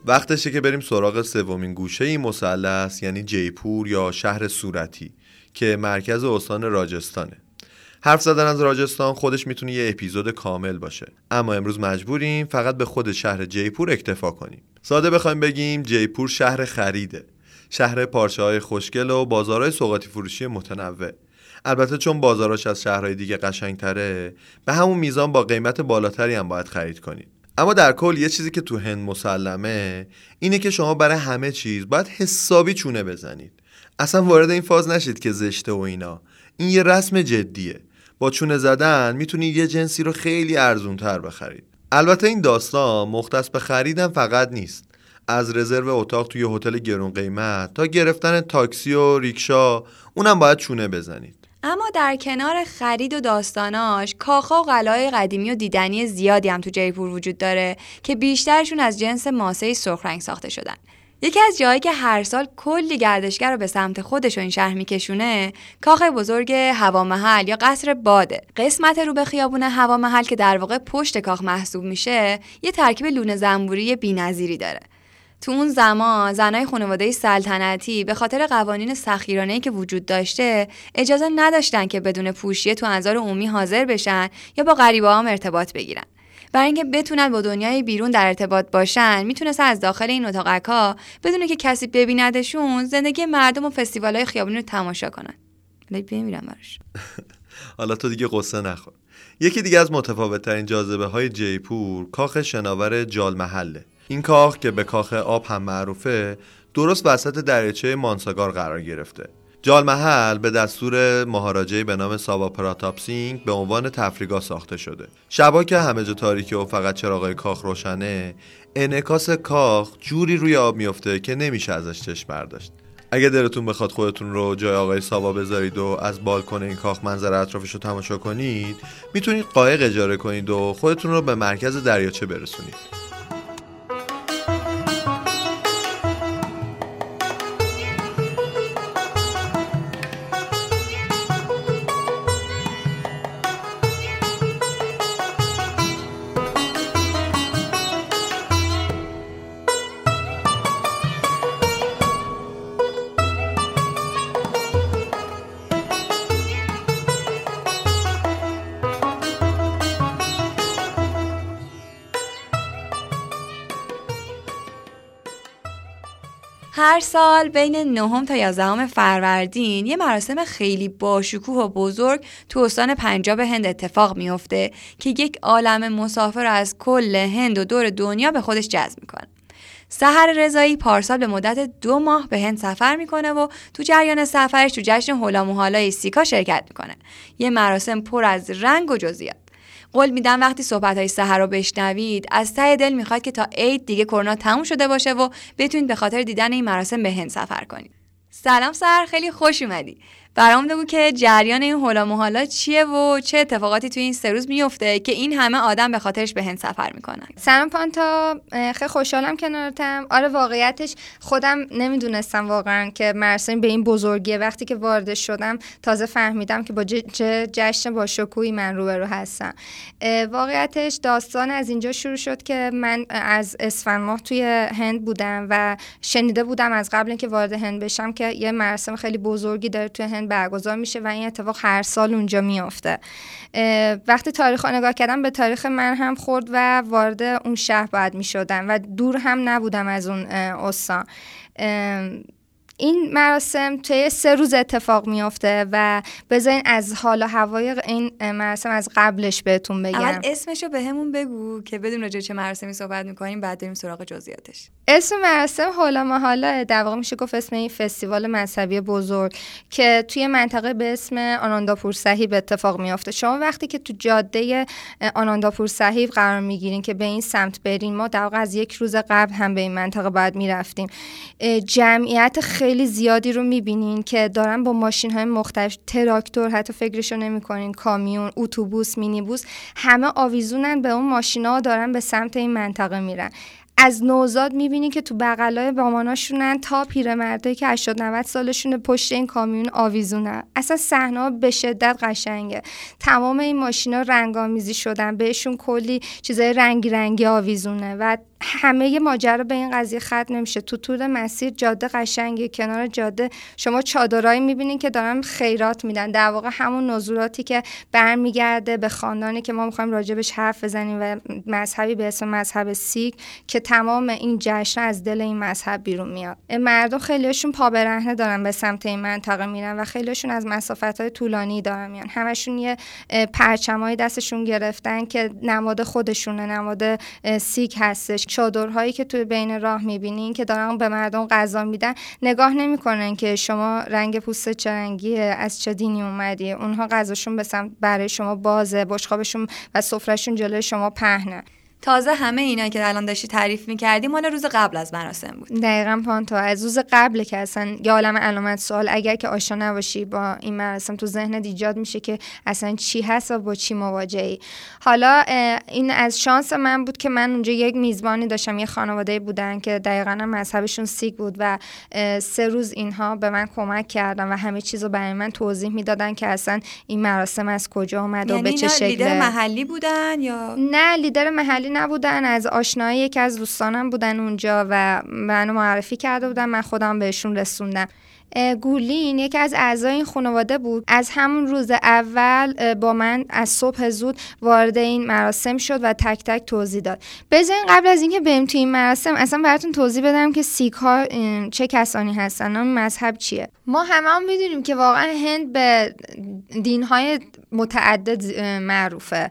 S2: وقتشه که بریم سراغ سومین گوشه این مثلث، یعنی جیپور یا شهر صورتی که مرکز استان راجستانه. حرف زدن از راجستان خودش میتونه یه اپیزود کامل باشه، اما امروز مجبوریم فقط به خود شهر جیپور اکتفا کنیم. ساده بخوایم بگیم جیپور شهر خریده، شهر پارچه‌های خوشگل و بازارهای سوغاتی فروشی متنوع. البته چون بازاراش از شهرهای دیگه قشنگتره، به همون میزان با قیمت بالاتری هم باید خرید کنید. اما در کل یه چیزی که تو هند مسلمه اینه که شما برای همه چیز باید حسابی چونه بزنید. اصلا وارد این فاز نشید که زشته و اینا. این یه رسم جدیه. با چونه زدن میتونید یه جنسی رو خیلی ارزونتر بخرید. البته این داستان مختص به خریدن فقط نیست. از رزرو اتاق توی هتل گرون قیمت تا گرفتن تاکسی و ریکشا، اونم باید چونه بزنید.
S1: اما در کنار خرید و داستاناش، کاخا و قلعه‌های قدیمی و دیدنی زیادی هم تو جیپور وجود داره که بیشترشون از جنس ماسه سرخ رنگ ساخته شدن. یکی از جاهایی که هر سال کلی گردشگر رو به سمت خودش و این شهر میکشونه، کاخ بزرگ هوامحل یا قصر باده. قسمت رو به خیابون هوامحل که در واقع پشت کاخ محسوب میشه، یه ترکیب لونه زنبوری بی‌نظیری داره. تو اون زمان زنای خانواده سلطنتی به خاطر قوانین سخیرانه‌ای که وجود داشته اجازه نداشتن که بدون پوشیه تو انظار عمومی حاضر بشن یا با غریبه‌ها هم ارتباط بگیرن. برای اینکه بتونن با دنیای بیرون در ارتباط باشن، میتونستن از داخل این اتاقک‌ها بدون که کسی ببیندشون زندگی مردم و فستیوال‌های خیابونی رو تماشا کنن. ولی بمیرن براش.
S2: حالا تو دیگه قصه نخور. یکی دیگه از متفاوت‌ترین جاذبه‌های جیپور کاخ شناور جال محله. این کاخ که به کاخ آب هم معروفه، درست وسط دریاچه مانساگار قرار گرفته. جال محل به دستور مهاراجه‌ای به نام ساوا پراتاپ سینگ به عنوان تفریحگاه ساخته شده. شبا که همه جا تاریکه و فقط چراغای کاخ روشنه، انعکاس کاخ جوری روی آب میفته که نمیشه ازش چشم برداشت. اگه دلتون بخواد خودتون رو جای آقای ساوا بذارید و از بالکن این کاخ منظره اطرافش رو تماشا کنید، میتونید قایق اجاره کنید و خودتون رو به مرکز دریاچه برسونید.
S1: هر سال بین نهم تا یازدهم فروردین یه مراسم خیلی باشکوه و بزرگ تو استان پنجاب هند اتفاق میفته که یک عالمه مسافر از کل هند و دور دنیا به خودش جذب میکنه. سحر رضایی پارسال به مدت دو ماه به هند سفر میکنه و تو جریان سفرش تو جشن هولا موهالای سیکا شرکت میکنه. یه مراسم پر از رنگ و جزئیات. قول میدم وقتی صحبت‌های سحر رو بشنوید از ته دل میخواد که تا عید دیگه کرونا تموم شده باشه و بتونید به خاطر دیدن این مراسم به هند سفر کنید. سلام سحر، خیلی خوش اومدی. برام بگو که جریان این هولا موهالا چیه و چه اتفاقاتی توی این سه روز میفته که این همه آدم به خاطرش به هند سفر میکنن.
S8: سلام پانتا، خیلی خوشحالم کنارتم. آره واقعیتش خودم نمیدونستم واقعا که مراسم به این بزرگیه. وقتی که وارد شدم تازه فهمیدم که با چه جشن با شکوهی من روبرو هستم. واقعیتش داستان از اینجا شروع شد که من از اسفند ماه توی هند بودم و شنیده بودم از قبل اینکه وارد هند بشم که یه مراسم خیلی بزرگی داره توی هند برگزار میشه و این اتفاق هر سال اونجا میافته. وقتی تاریخ رو نگاه کردم به تاریخ من هم خورد و وارد اون شهر باید میشدم و دور هم نبودم از اون استان. این مراسم توی سه روز اتفاق میافته و بذارین از حال و هوای این مراسم از قبلش بهتون بگم.
S1: اول اسمشو به همون بگو که بدون راجع چه مراسمی صحبت میکنیم، بعد بریم سراغ جزئیاتش.
S8: اسم مراسم هولا موهالا در واقع میشه گفت اسم این فستیوال مذهبی بزرگ که توی منطقه به اسم آنانداپور صاحب اتفاق میافته. شما وقتی که تو جاده آنانداپور صاحب قرار میگیرین که به این سمت برین، ما در واقع از یک روز قبل هم به این منطقه باید میرفتیم. جمعیت خیلی زیادی رو میبینین که دارن با ماشین های مختلف، تراکتور، حتی فکرشو نمیکنین، کامیون، اتوبوس، مینیبوس، همه آویزونن به اون ماشینا، دارن به سمت این منطقه میرن. از نوزاد میبینی که تو بغلای ماماناشونن تا پیرمردایی که هشتاد نود سالشونه پشت این کامیون آویزونن. اصلا صحنه به شدت قشنگه. تمام این ماشینا رنگامیزی شدن، بهشون کلی چیزای رنگی رنگی آویزونه و همه ماجرا به این قضیه ختم نمیشه. تو طول مسیر جاده قشنگه، کنار جاده شما چادرایی میبینین که دارن خیرات میدن، در واقع همون نذوراتی که برمیگرده به خاندانی که ما میخوایم راجبش حرف بزنیم و مذهبی به اسم مذهب سیک که تمام این جشن از دل این مذهب بیرون میاد. مردم خیلیشون پا برهنه دارن به سمت این منطقه میرن و خیلیشون از مسافت‌های طولانی دارن میان. همشون یه پرچمای دستشون گرفتن که نماد خودشونه، نماد سیک هستش. چادرهایی که توی بین راه میبینین که دارن به مردم غذا میدن، نگاه نمیکنن که شما رنگ پوست چه رنگیه، از چه دینی اومدی. اونها غذاشون به سمت برای شما بازه، بشقابشون و سفرهشون جلوی شما پهنه.
S1: تازه همه اینا که الان داشتی تعریف می‌کردی مال روز قبل از مراسم بود.
S8: دقیقاً پانتو، از روز قبل که اصلا یه عالم علامت سوال اگر که آشنا نباشی با این مراسم تو ذهنت ایجاد میشه که اصلا چی هست و با چی مواجهی. حالا این از شانس من بود که من اونجا یک میزبانی داشتم، یه خانواده بودن که دقیقاً مذهبشون سیک بود و سه روز اینها به من کمک کردن و همه چیزو برای من توضیح میدادن که اصلا این مراسم از کجا اومد و به چه شکله.
S1: یعنی لیدر محلی بودن یا
S8: نه؟ لیدر محلی نبودن، از آشنایی یکی از دوستانم بودن اونجا و منو معرفی کرده بودن، من خودم بهشون رسوندم. گولین یکی از اعضای این خانواده بود، از همون روز اول با من از صبح زود وارد این مراسم شد و تک تک توضیح داد. بذارین قبل از اینکه بریم توی این مراسم اصلا براتون توضیح بدم که سیک ها چه کسانی هستن، اون مذهب چیه. ما همه هم میدونیم که واقعا هند به دین‌های متعدد معروفه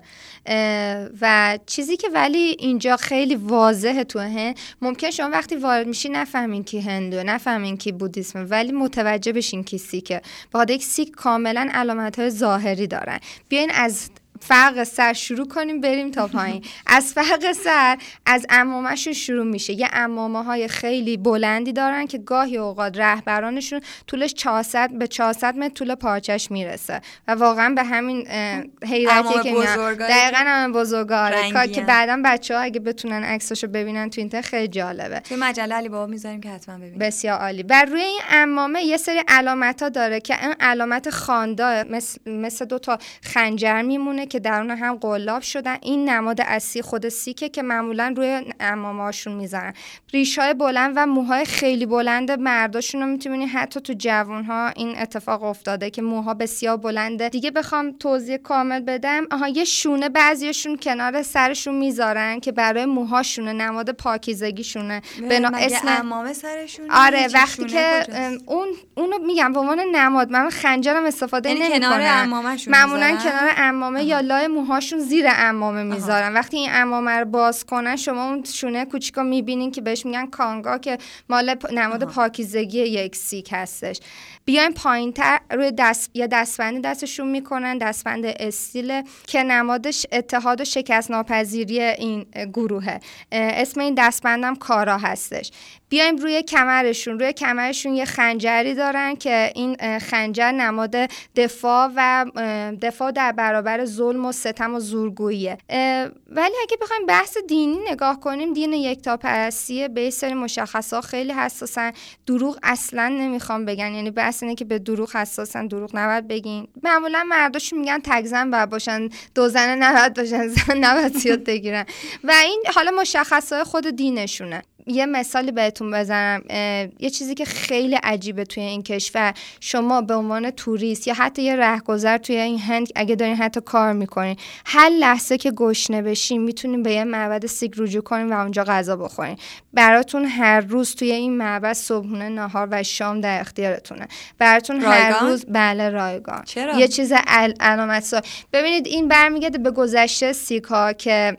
S8: و چیزی که ولی اینجا خیلی واضحه تو هند، ممکن شما وقتی وارد میشی نفهمین کی هندوه، نفهمین کی بودیسمه، ولی متوجه بشین کی سیکه. بخاطر یک سیک کاملا علامت‌های ظاهری دارن. بیاین از فرق سر شروع کنیم بریم تا پایین. از فرق سر از عمامه‌شون شروع میشه. یه عمامه های خیلی بلندی دارن که گاهی اوقات رهبرانشون طولش چهارصد به چهارصد متر طول پارچش میرسه و واقعا به همین حیرتی که میاد. دقیقاً هم بزرگاره که بعداً بچه‌ها اگه بتونن عکساشو ببینن تو اینترنت خیلی جالبه.
S1: تو مجله علی بابا میذاریم که حتما ببینید.
S8: بسیار عالی. بر روی این عمامه یه سری علامت‌ها داره که این علامت خاندا مثل مثل دو تا خنجر میمونه که درون هم قلاب شدن. این نماد اصلی خود سیکه که معمولا روی عمامه‌هاشون میذارن. ریش‌های بلند و موهای خیلی بلند مرداشون رو میتونی حتی تو جوان‌ها این اتفاق افتاده که موها بسیار بلنده. دیگه بخوام توضیح کامل بدم، آها یه شونه بعضیاشون کنار سرشون میذارن که برای موهاشونه، نماد پاکیزگیشونه.
S1: بنا اسم عمامه سرشون.
S8: آره وقتی که اون اونو میگم به عنوان نماد، من خنجرم استفاده نمی‌کنم.
S1: کنار عمامه‌شون
S8: معمولا کنار عمامه یا لای موهاشون زیر عمامه میذارن. وقتی این عمامه رو باز کنن شما اون شونه کوچیکو میبینین که بهش میگن کانگا که مال نماد پاکیزگی یک سیک هستش. بیاین پایین‌تر روی دست یا دستبندی دستشون میکنن، دستبند استیل که نمادش اتحاد و شکست ناپذیری این گروهه. اسم این دستبندم کارا هستش. بیایم روی کمرشون، روی کمرشون یه خنجری دارن که این خنجر نماد دفاع و دفاع در برابر ظلم و ستم و زورگوییه. ولی اگه بخوایم بحث دینی نگاه کنیم، دین یکتاپرستی به سری مشخصات خیلی حساسن. دروغ اصلا نمیخوام بگن، یعنی بحث اینه که به دروغ حساسن، دروغ نباید بگین. معمولا مرداشون میگن تک زن باید باشن، دو زن نباید باشن، زن نباید زیاد بگیرن و این حالا مشخصات خود دینشونه. یه مثالی بهتون بزنم، یه چیزی که خیلی عجیبه توی این کشور، شما به عنوان توریست یا حتی یه رهگذر توی این هند اگه دارین حتی کار میکنین، هر لحظه که گشنه بشین میتونین به یه معبد سیک رجوع کنین و اونجا غذا بخورین. براتون هر روز توی این معبد صبحونه، نهار و شام در اختیارتونه. براتون هر روز بله رایگان.
S1: چرا؟
S8: یه چیز علامت سوال. ببینید این برمیگرده به گذشته سیک ها که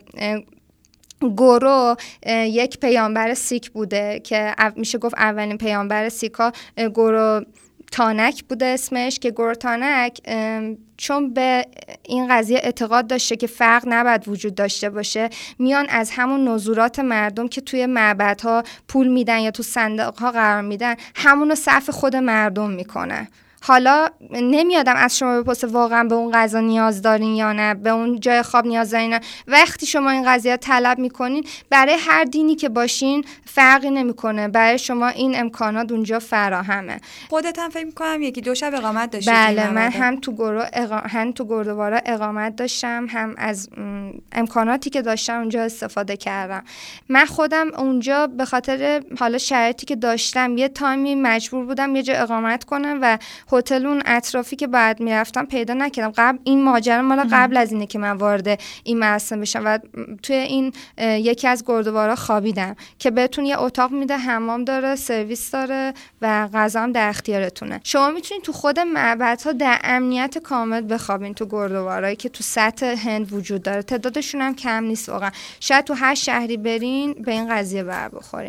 S8: گورو یک پیامبر سیک بوده که میشه گفت اولین پیامبر سیکا گورو تانک بوده اسمش، که گورو تانک چون به این قضیه اعتقاد داشته که فرق نباید وجود داشته باشه، میان از همون نذورات مردم که توی معبدها پول میدن یا تو صندوقها قرار میدن، همونو صف خود مردم میکنه. حالا نمیادم از شما بپرسه واقعا به اون غذا نیاز دارین یا نه، به اون جای خواب نیاز دارین نه. وقتی شما این قضیه طلب میکنین، برای هر دینی که باشین فرقی نمیکنه، برای شما این امکانات اونجا فراهمه.
S1: خودت هم فکر میکنم یکی دو شب اقامت داشتی؟
S8: بله، من هم تو گروه اقا... هم تو گردوارا اقامت داشتم، هم از امکاناتی که داشتم اونجا استفاده کردم. من خودم اونجا به خاطر حالا شرایطی که داشتم یه تایمی مجبور بودم یه جا اقامت کنم و هتل اون اطرافی که بعد میرفتم پیدا نکردم. قبل این ماجرا مال قبل از اینه که من وارد این مراسم بشم و توی این یکی از گردوارا خوابیدم که بهتون یه اتاق میده، حمام داره، سرویس داره و غذا هم در اختیارتونه. شما میتونید تو خود معبدها در امنیت کامل بخوابین تو گردوارایی که تو سطح هند وجود داره. تعدادشون هم کم نیست واقعا. شاید تو هر شهری برین به این قضیه بر بخورین.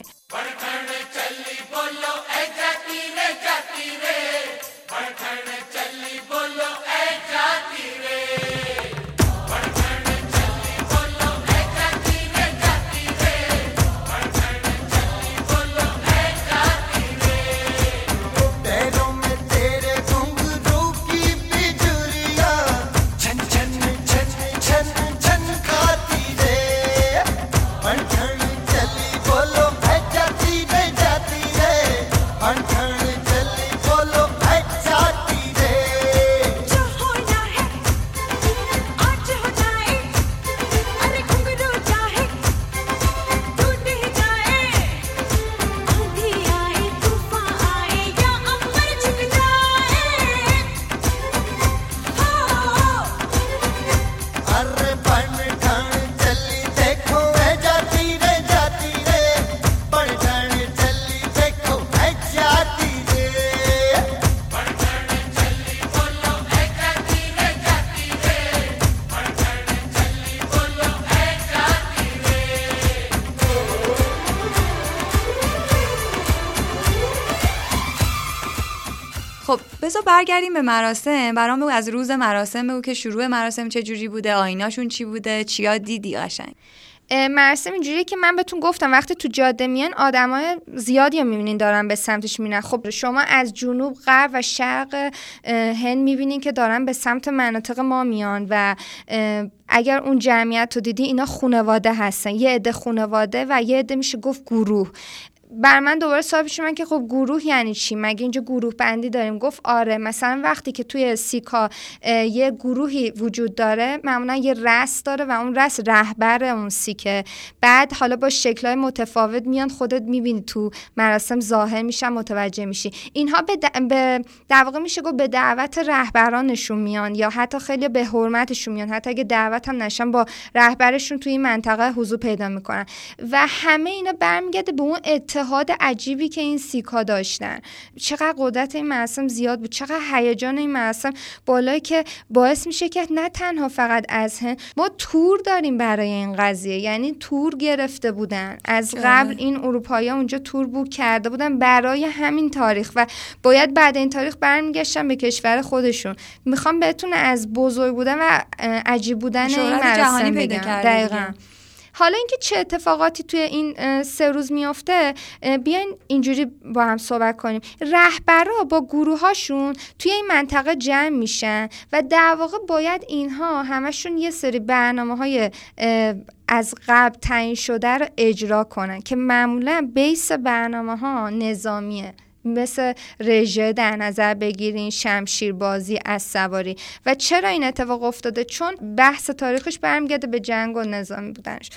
S1: خب بذار برگردیم به مراسم. برام بگو از روز مراسم بگو که شروع مراسم چه جوری بوده، آیناشون چی بوده، چیا دیدی قشنگ؟
S8: مراسم اینجوریه که من بهتون گفتم وقتی تو جاده میان آدمای زیادی رو میبینین دارن به سمتش میرن. خب شما از جنوب، غرب و شرق هند میبینین که دارن به سمت مناطق ما میان و اگر اون جمعیت رو دیدی اینا خانواده هستن، یه عده خانواده و یه عده میشه گفت گروه. بر من دوباره سوال پیش اومد که خب گروه یعنی چی؟ مگه اینجا گروه بندی داریم؟ گفت آره، مثلا وقتی که توی سیکا یه گروهی وجود داره معمولا یه رأس داره و اون رأس رهبر اون سیکه. بعد حالا با شکل‌های متفاوت میان، خودت میبینی تو مراسم ظاهر میشن، متوجه میشی. اینها به د... در واقع میشه گفت به دعوت رهبرانشون میان یا حتی خیلی به حرمتشون میان، حتی اگه دعوت هم نشن با رهبرشون توی این منطقه حضور پیدا میکنن و همه اینا برمیگرده به اون اتحاد عجیبی که این سیک‌ها داشتن. چقدر قدرت این مراسم زیاد بود، چقدر هیجان این مراسم بالایی که باعث میشه که نه تنها فقط از هند، ما تور داریم برای این قضیه. یعنی تور گرفته بودن از قبل، این اروپایی‌ها اونجا تور بوک کرده بودن برای همین تاریخ و باید بعد این تاریخ برمیگشتن به کشور خودشون. میخوام بهتون از بزرگ بودن و عجیب بودن این مراسم بگم. دقیقاً. حالا اینکه چه اتفاقاتی توی این سه روز میافته، بیاین اینجوری با هم صحبت کنیم. رهبرا با گروهاشون توی این منطقه جمع میشن و در واقع باید اینها همشون یه سری برنامه‌های از قبل تعیین شده رو اجرا کنن که معمولا بیس برنامه‌ها نظامیه، مثل رژه در نظر بگیرین، شمشیر بازی، اسب‌سواری. و چرا این اتفاق افتاده؟ چون بحث تاریخش برمیگرده به جنگ و نظامی بودنش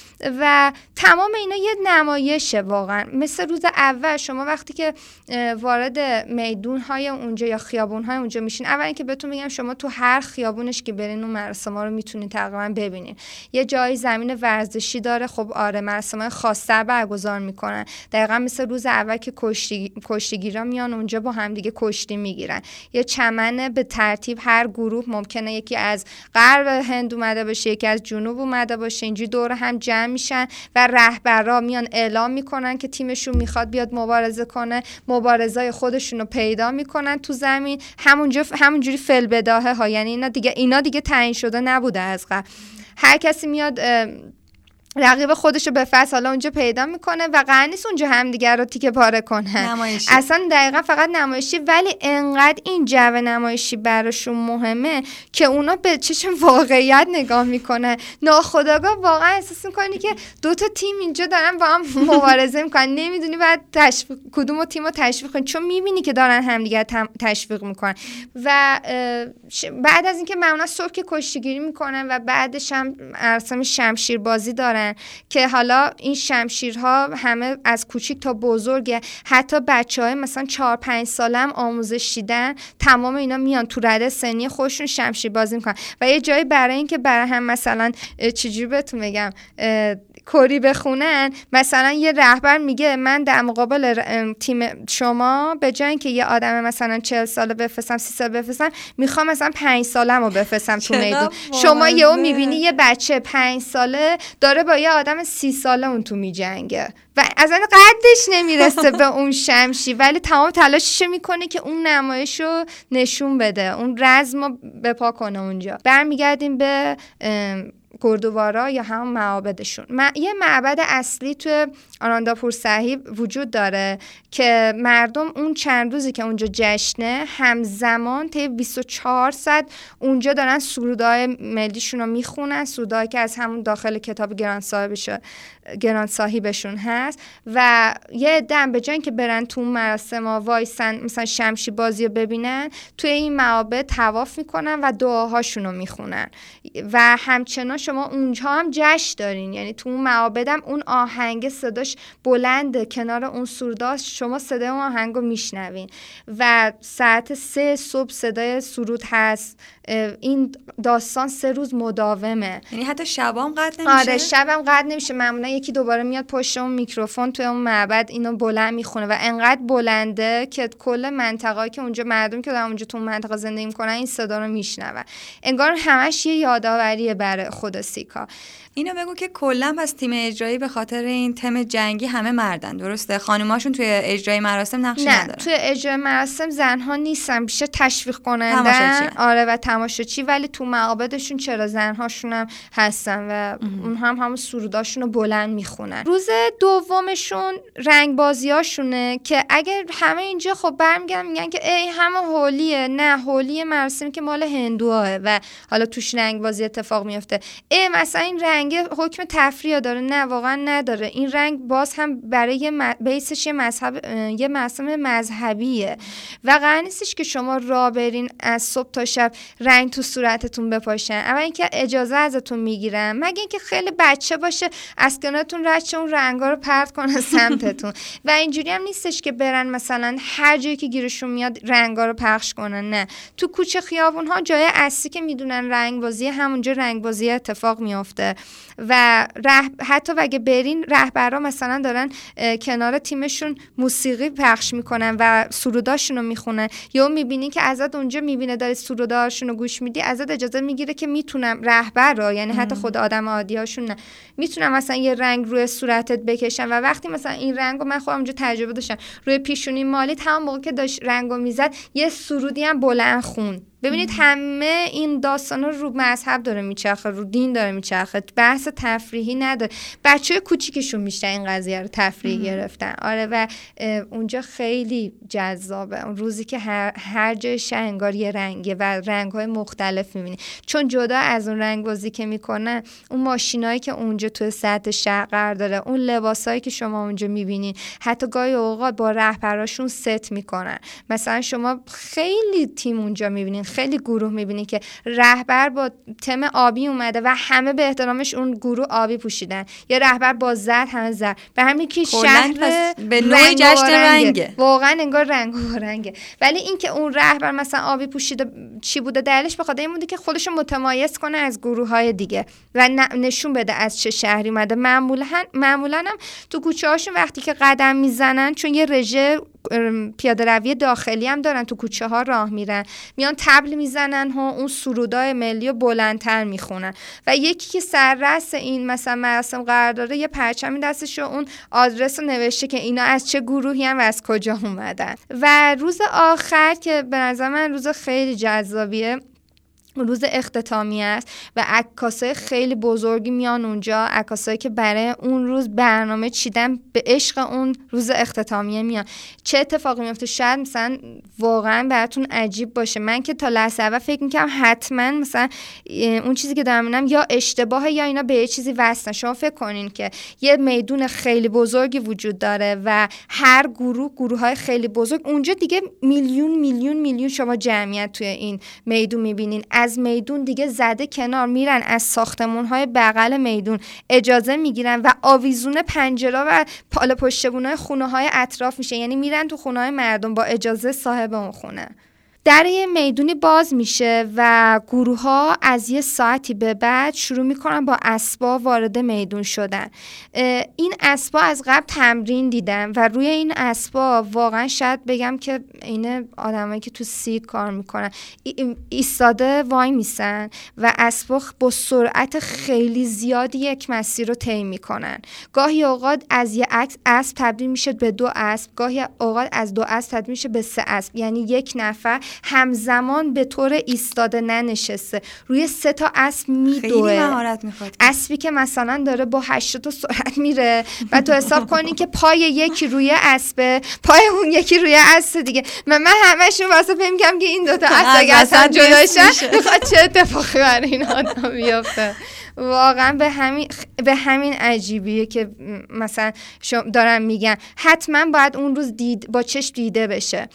S8: و تمام اینا یه نمایشه واقعا. مثل روز اول شما وقتی که وارد میدون‌های اونجا یا خیابون‌های اونجا میشین، اول اینکه بهتون میگم شما تو هر خیابونش که برین اون مراسم‌ها رو میتونید تقریبا ببینین. یه جای زمین ورزشی داره، خب آره مراسم‌های خاص‌تر برگزار میکنن، دقیقاً مثل روز اول که کشتی کشتیگیرا میان اونجا با هم دیگه کشتی میگیرن. یه چمن به ترتیب، هر گروه ممکنه یکی از غرب هند اومده باشه، یکی از جنوب اومده باشه، اینجوری دور هم جمع میشن و رهبرا میان اعلام میکنن که تیمشون میخواد بیاد مبارزه کنه، مبارزای خودشون رو پیدا میکنن تو زمین، همونجا همونجوری فل بداهه ها. یعنی اینا دیگه اینا دیگه تعیین شده نبوده از قبل، هر کسی میاد رقیب خودشو به فصل حالا اونجا پیدا میکنه و قرار نیست اونجا همدیگر رو تیکه پاره کنن،
S1: نمایشی.
S8: اصلا دقیقا فقط نمایشی، ولی انقدر این جو نمایشی براشون مهمه که اونا به چشم واقعیت نگاه میکنن. ناخودآگاه واقعا احساس میکنی که دو تا تیم اینجا دارن با هم مبارزه میکنن، نمیدونی بعد تشویق کدوم تیم رو تشویق کنی، چون میبینی که دارن همدیگر تشویق میکنن. و بعد از اینکه معمولا صبح که کشتیگیری میکنن و بعدش هم مراسم شمشیر بازی دارن که حالا این شمشیرها همه از کوچیک تا بزرگه، حتی بچهای مثلا چهار پنج ساله هم آموزش دیدن، تمام اینا میان تو رده سنی خودشون شمشیر بازی میکنن. و یه جایی برای اینکه برای هم مثلا چجوری بهتون بگم کری بخونن، مثلا یه رهبر میگه من در مقابل تیم شما به جای اینکه یه آدم مثلا چهل ساله بفرستم سی ساله بفرستم، میخوام مثلا پنج سالمو بفرستم تو میدون. شما یهو میبینی یه بچه پنج ساله داره با یه آدم سی ساله اون تو میجنگه و اصلا قدش نمیرسه به اون شمشی، ولی تمام تلاشش میکنه که اون نمایشو نشون بده، اون رزمو بپا کنه. اونجا برمیگردیم به گردوارا یا هم معابدشون. م... یه معبد اصلی توی آنانداپور صاحب وجود داره که مردم اون چند روزی که اونجا جشنه همزمان طی بیست و چهار ساعت اونجا دارن سرودهای ملیشون رو میخونن، سرودهایی که از همون داخل کتاب گران صاحبشه گران صاحبشون هست. و یه دم به جای که برن تو مراسم ها وایسن مثلا شمشی بازی رو ببینن، توی این معابد طواف میکنن و دعاهاشون رو میخونن. و همچنان شما اونجا هم جشن دارین، یعنی تو اون معابدم اون آهنگ صداش بلنده، کنار اون سروداش شما صدای اون آهنگ رو میشنوین و ساعت سه صبح صدای سرود هست. این داستان سه روز مداومه،
S1: یعنی حتی شبام قطع نمیشه.
S8: آره شبم قطع نمیشه. معمولا یکی دوباره میاد پشت اون میکروفون توی اون معبد اینو بلند میخونه و انقدر بلنده که کل منطقه‌ای که اونجا مردم که در اونجا تو منطقه زندگی میکنن این صدا رو میشنون. انگار همش یه یادآوریه برای خود سیکا.
S1: اینو بگو که کلا پس تیم اجرایی به خاطر این تم جنگی همه مردن، درسته؟ خانوماشون توی اجرای مراسم نقشی ندارن؟
S8: نه، توی اجرای مراسم زنها نیستن، بیشتر تشویق کننده آره و تماشاچی، ولی تو معابدشون چرا زنهاشون هم هستن و اون هم همون سروداشون رو بلند میخونن. روز دومشون رنگ بازیاشونه که اگر همه اینجا خب برمیگردن میگن که ای همه هولیه. نه، هولی مراسمی که مال هندوئه و حالا توش رنگ بازی اتفاق میفته. ای مثلا این رنگ حکم تفریح داره؟ نه واقعا نداره. این رنگ باز هم برای یه م... بیسش یه مذهب یه مراسم مذهبیه و قرار نیستش که شما راه برین از صبح تا شب رنگ تو صورتتون بپاشن. اول اینکه اجازه ازتون میگیرن، مگه اینکه خیلی بچه باشه از کنارتون رد شه اون رنگا رو پرت کنن سمتتون. و اینجوری هم نیستش که برن مثلا هر جایی که گیرشون میاد رنگا رو پخش کنن. نه، تو کوچه خیابون ها جای اصلی که میدونن رنگ بازی، همونجا رنگ بازی اتفاق میفته. و رح... حتی اگه برین رهبرا مثلا دارن کنار تیمشون موسیقی پخش میکنن و سروداشون رو میخونن، یا میبینی که ازت اونجا میبینه داری سروداشون رو گوش میدی، ازت اجازه میگیره که میتونم رهبر رو، یعنی حتی خود آدم عادی هاشون نه، میتونم مثلا یه رنگ روی صورتت بکشن. و وقتی مثلا این رنگو من خودم اونجا تجربه داشتم روی پیشونی مالی، تمام موقع که داشت رنگو میزد یه سرودی هم بلند خون. ببینید همه این داستانا رو مذهب داره میچرخه، رو دین داره میچرخه، بحث تفریحی نداره. بچه‌های کوچیکشون میشن این قضیه رو تفریحی گرفتن. آره و اونجا خیلی جذابه. اون روزی که هر هر جای شهر انگار یه رنگه و رنگ‌های مختلف می‌بینی. چون جدا از اون رنگ بازی که میکنن، اون ماشینایی که اونجا توی سطح شهر قرار داره، اون لباسایی که شما اونجا می‌بینین، حتی گاهی اوقات با رهبراشون ست میکنن. مثلا شما خیلی تیم اونجا می‌بینین، خیلی گروه میبینی که رهبر با تم آبی اومده و همه به احترامش اون گروه آبی پوشیدن، یا رهبر با زرد همه زرد، به همین که شهر
S1: به نوعی جشن رنگه،
S8: واقعا انگار رنگ و رنگه. ولی این که اون رهبر مثلا آبی پوشیده چی بوده دلیلش؟ به خاطر این بوده که خودشو متمایز کنه از گروه‌های دیگه و نشون بده از چه شهری اومده. معمولا معمولا هم تو کوچه‌هاشون وقتی که قدم میزنن، چون یه رژه پیاده روی داخلی هم دارن، تو کوچه ها راه میرن، میان تبل میزنن ها، اون سرودای ملی رو بلندتر میخونن و یکی که سررأس این مثلا مراسم قرار داره یه پرچمی دستش و اون آدرس رو نوشته که اینا از چه گروهی هم و از کجا اومدن. و روز آخر که به نظر من روز خیلی جذابیه، روز اختتامیه است و عکاسای خیلی بزرگی میان اونجا، عکاسایی که برای اون روز برنامه چیدن به عشق اون روز اختتامیه میان. چه اتفاقی میفته شاید مثلا واقعا براتون عجیب باشه. من که تا لحظه اول فکر میکنم حتما مثلا اون چیزی که دارم میبینم یا اشتباهه یا اینا به یه چیزی وصلن. شما فکر کنین که یه میدون خیلی بزرگی وجود داره و هر گروه گروه های خیلی بزرگ اونجا دیگه میلیون میلیون میلیون شما جمعیت توی این میدون میبینین. از میدون دیگه زده کنار میرن، از ساختمون‌های بغل میدون اجازه میگیرن و آویزون پنجره و پالا پشتبونای خونه‌های اطراف میشه، یعنی میرن تو خونه‌های مردم با اجازه صاحب اون خونه. در یه میدونی باز میشه و گروه ها از یه ساعتی به بعد شروع میکنن با اسبا وارد میدون شدن. این اسبا از قبل تمرین دیدن و روی این اسبا واقعا شاید بگم که این آدمایی که تو سیرک کار میکنن ایستاده وای میسن و اسبا با سرعت خیلی زیادی یک مسیر رو طی میکنن. گاهی اوقات از یه اسب تبدیل میشه به دو اسب، گاهی اوقات از دو اسب تبدیل میشه به سه اسب، یعنی یک نفر همزمان به طور ایستاده ننشسته روی سه تا اسب میدوه.
S1: خیلی مهارت میخواد.
S8: اسبی که مثلا داره با هشت تا سرعت میره و تو حساب کنی که پای یکی روی اسب، پای اون یکی روی اسب دیگه. من من همشون واسه فکر می‌کنم که این دو تا اسب اگه اصلا جدا شن میخواد چه اتفاقی برای این آدم بیفته. واقعا به همین به همین عجیبیه که مثلا دارم میگن حتما باید اون روز دید با چشم دیده بشه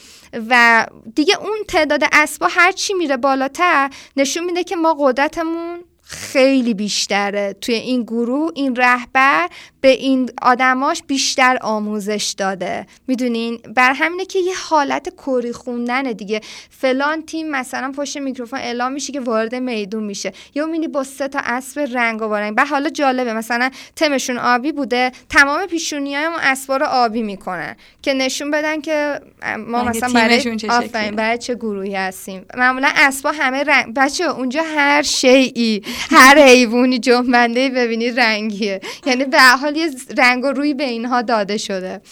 S8: و دیگه اون تعداد اسبا هر چی میره بالاتر نشون میده که ما قدرتمون خیلی بیشتره. توی این گروه این رهبر به این آدماش بیشتر آموزش داده، میدونین؟ بر همینه که یه حالت کری خوندنه دیگه. فلان تیم مثلا پشت میکروفون اعلام میشه که وارد میدون میشه، یا میبینی با سه تا اسب رنگارنگ. بعد حالا جالبه مثلا تمشون آبی بوده، تمام پیشونیای ما اسبا رو آبی میکنن که نشون بدن که ما مثلا برای آفرین برای چه گروهی هستیم. معمولا اسبا همه رنگ، بچه اونجا هر شیئی هر حیوانی جنبنده‌ای ببینی رنگیه، یعنی به حال یه رنگ و روی به اینها داده شده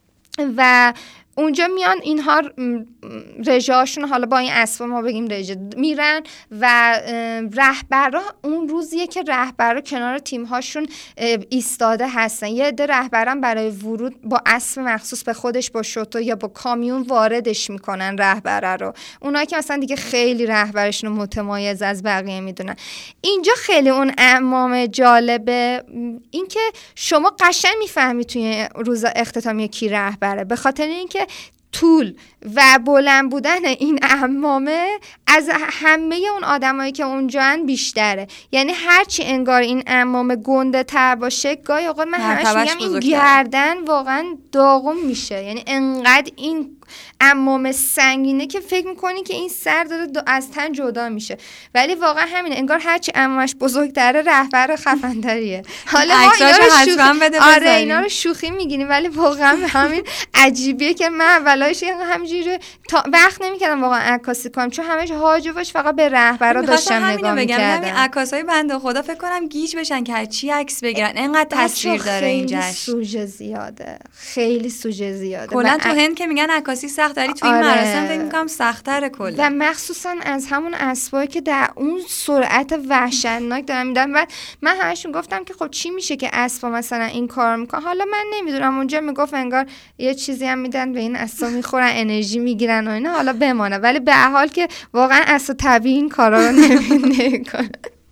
S8: و اونجا میان اینها رژه‌هاشون، حالا با این اسبا ما بگیم رژه، میرن و رهبرا اون روزیه که رهبرا کنار تیم‌هاشون ایستاده هستن. یه عده رهبران برای ورود با اسب مخصوص به خودش با شتر یا با کامیون واردش میکنن رهبره رو. اونایی که مثلا دیگه خیلی رهبرشون رو متمایز از بقیه میدونن. اینجا خیلی اون اعمام جالبه، اینکه شما قشنگ میفهمی توی روز اختتامیه کی رهبره، به خاطر اینکه طول و بلند بودن این عمامه از همه اون آدمایی که اونجان بیشتره. یعنی هرچی انگار این عمامه گنده تر باشه، گاهی اوقات من همش میگم این گردن واقعا داغم میشه. یعنی انقدر این عمامه سنگینه که فکر میکنی که این سر داره از تن جدا میشه، ولی واقعا همینه، انگار هرچی عمامش بزرگتره رهبر خفن‌تریه. حالا ما اینا رو شوخی آره اینا رو شوخی میگیریم، ولی واقعا همین عجیبیه که من اولایش همینجوری وقت نمیکردم واقعا عکاسی کنم، چون همش هاجوش فقط به رهبرا داشتم نگاه میکردم.
S1: همین عکاسای بنده خدا فکر کنم گیج بشن که چی عکس بگیرن، اینقدر تصویر داره این جشن.
S8: خیلی سوژه زیاده، خیلی سوژه زیاده.
S1: کلا تو هند که میگن عکاسی سخت، ولی تو این
S8: آره.
S1: مراسم فکر می‌کنم سخت‌تره کلا،
S8: و مخصوصا از همون اسبایی که در اون سرعت وحشتناک دارن میدن. بعد من همشون گفتم که خب چی میشه که اسبا مثلا این کار میکنن؟ حالا من نمیدونم، اونجا میگفت انگار یه چیزی هم میدن به این اسبا میخورن انرژی میگیرن و اینا، حالا بمانه، ولی به هر حال که واقعا اسب طبیعی این کارا رو نمیکنه.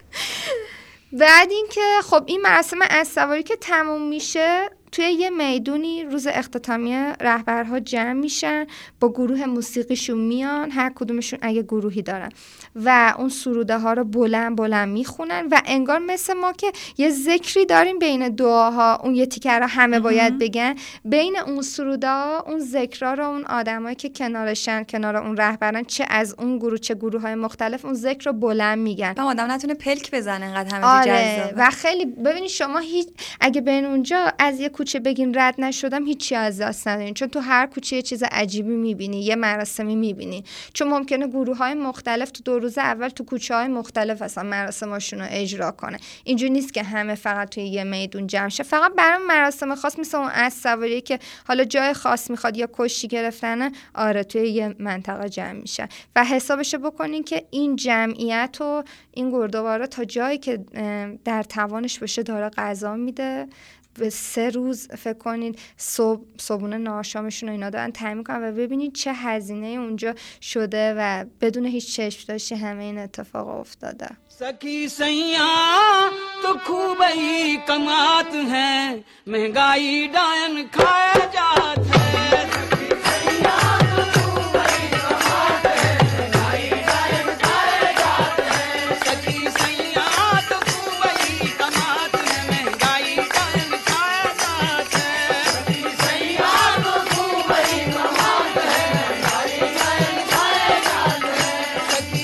S8: بعد اینکه خب این مراسم اسب‌سواری که تموم میشه، توی یه میدونی روز اختتامیه رهبرها جمع میشن، با گروه موسیقیشون میان، هر کدومشون اگه گروهی دارن، و اون سروده ها رو بلند بلند میخونن و انگار مثل ما که یه ذکری داریم بین دعاها، اون یه تیکر رو همه باید بگن، بین اون سروده ها اون ذکرها رو اون آدمایی که کنارشن، کنار اون رهبران، چه از اون گروه چه گروه های مختلف، اون ذکر رو بلند میگن
S1: و آدم نتونه پلک بزنه، انقدر همه
S8: آره.
S1: جذابه.
S8: و خیلی ببینید شما هیچ اگه بین اونجا از یه کوچه بگین رد نشدم هیچی از دست ندارین، چون تو هر کوچه یه چیز عجیبی میبینی، یه مراسمی میبینی، چون ممکنه گروه های مختلف تو دو روز اول تو کوچه های مختلف اصلا مراسماشون رو اجرا کنه. اینجوری نیست که همه فقط توی یه میدون جمع شه فقط برای مراسم خاص، مثل اون اسب سواری که حالا جای خاص میخواد یا کشتی گرفتنه، آره توی یه منطقه جمع میشه و حسابش بکنین که این جمعیت و این گردواره تا جایی که در توانش بشه داره غذا میده. به سه روز فکر کنید صبح صبحونه ناشامشون و اینا دارن تامین کنن و ببینید چه هزینه اونجا شده و بدون هیچ چشم داشتی همه این اتفاق افتاده.
S9: सखी सैया तो खूब ही कमात हैं, महंगाई डायन खाए जात है। सखी सैया तो खूब ही कमात हैं, महंगाई डायन खाए जात है। सखी सैया तो खूब ही कमात हैं, महंगाई डायन खाए जात है। सखी सैया तो खूब ही कमात हैं, महंगाई डायन खाए जात है। सखी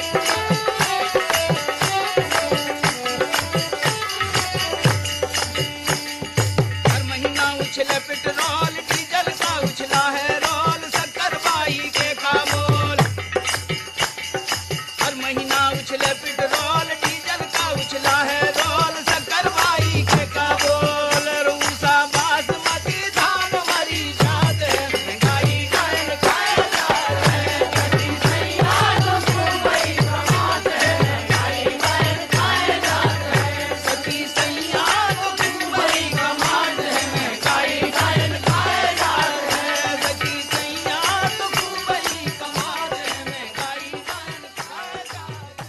S9: उछले पेट्रोल डीजल का उछला है रोल, शक्कर बाई के कामोल। हर महीना उछले पेट्रोल डीजल का उछला है रोल, शक्कर बाई के कामोल। रूसा बासमती धान मरी जात है, महंगाई डायन खाए जात है। सखी सैया तो खूब ही कमात है, महंगाई डायन खाए जात है। सखी सैया तो खूब ही कमात है, महंगाई डायन खाए जात है। सखी सैया तो खूब ही कमात है, महंगाई डायन खाए जात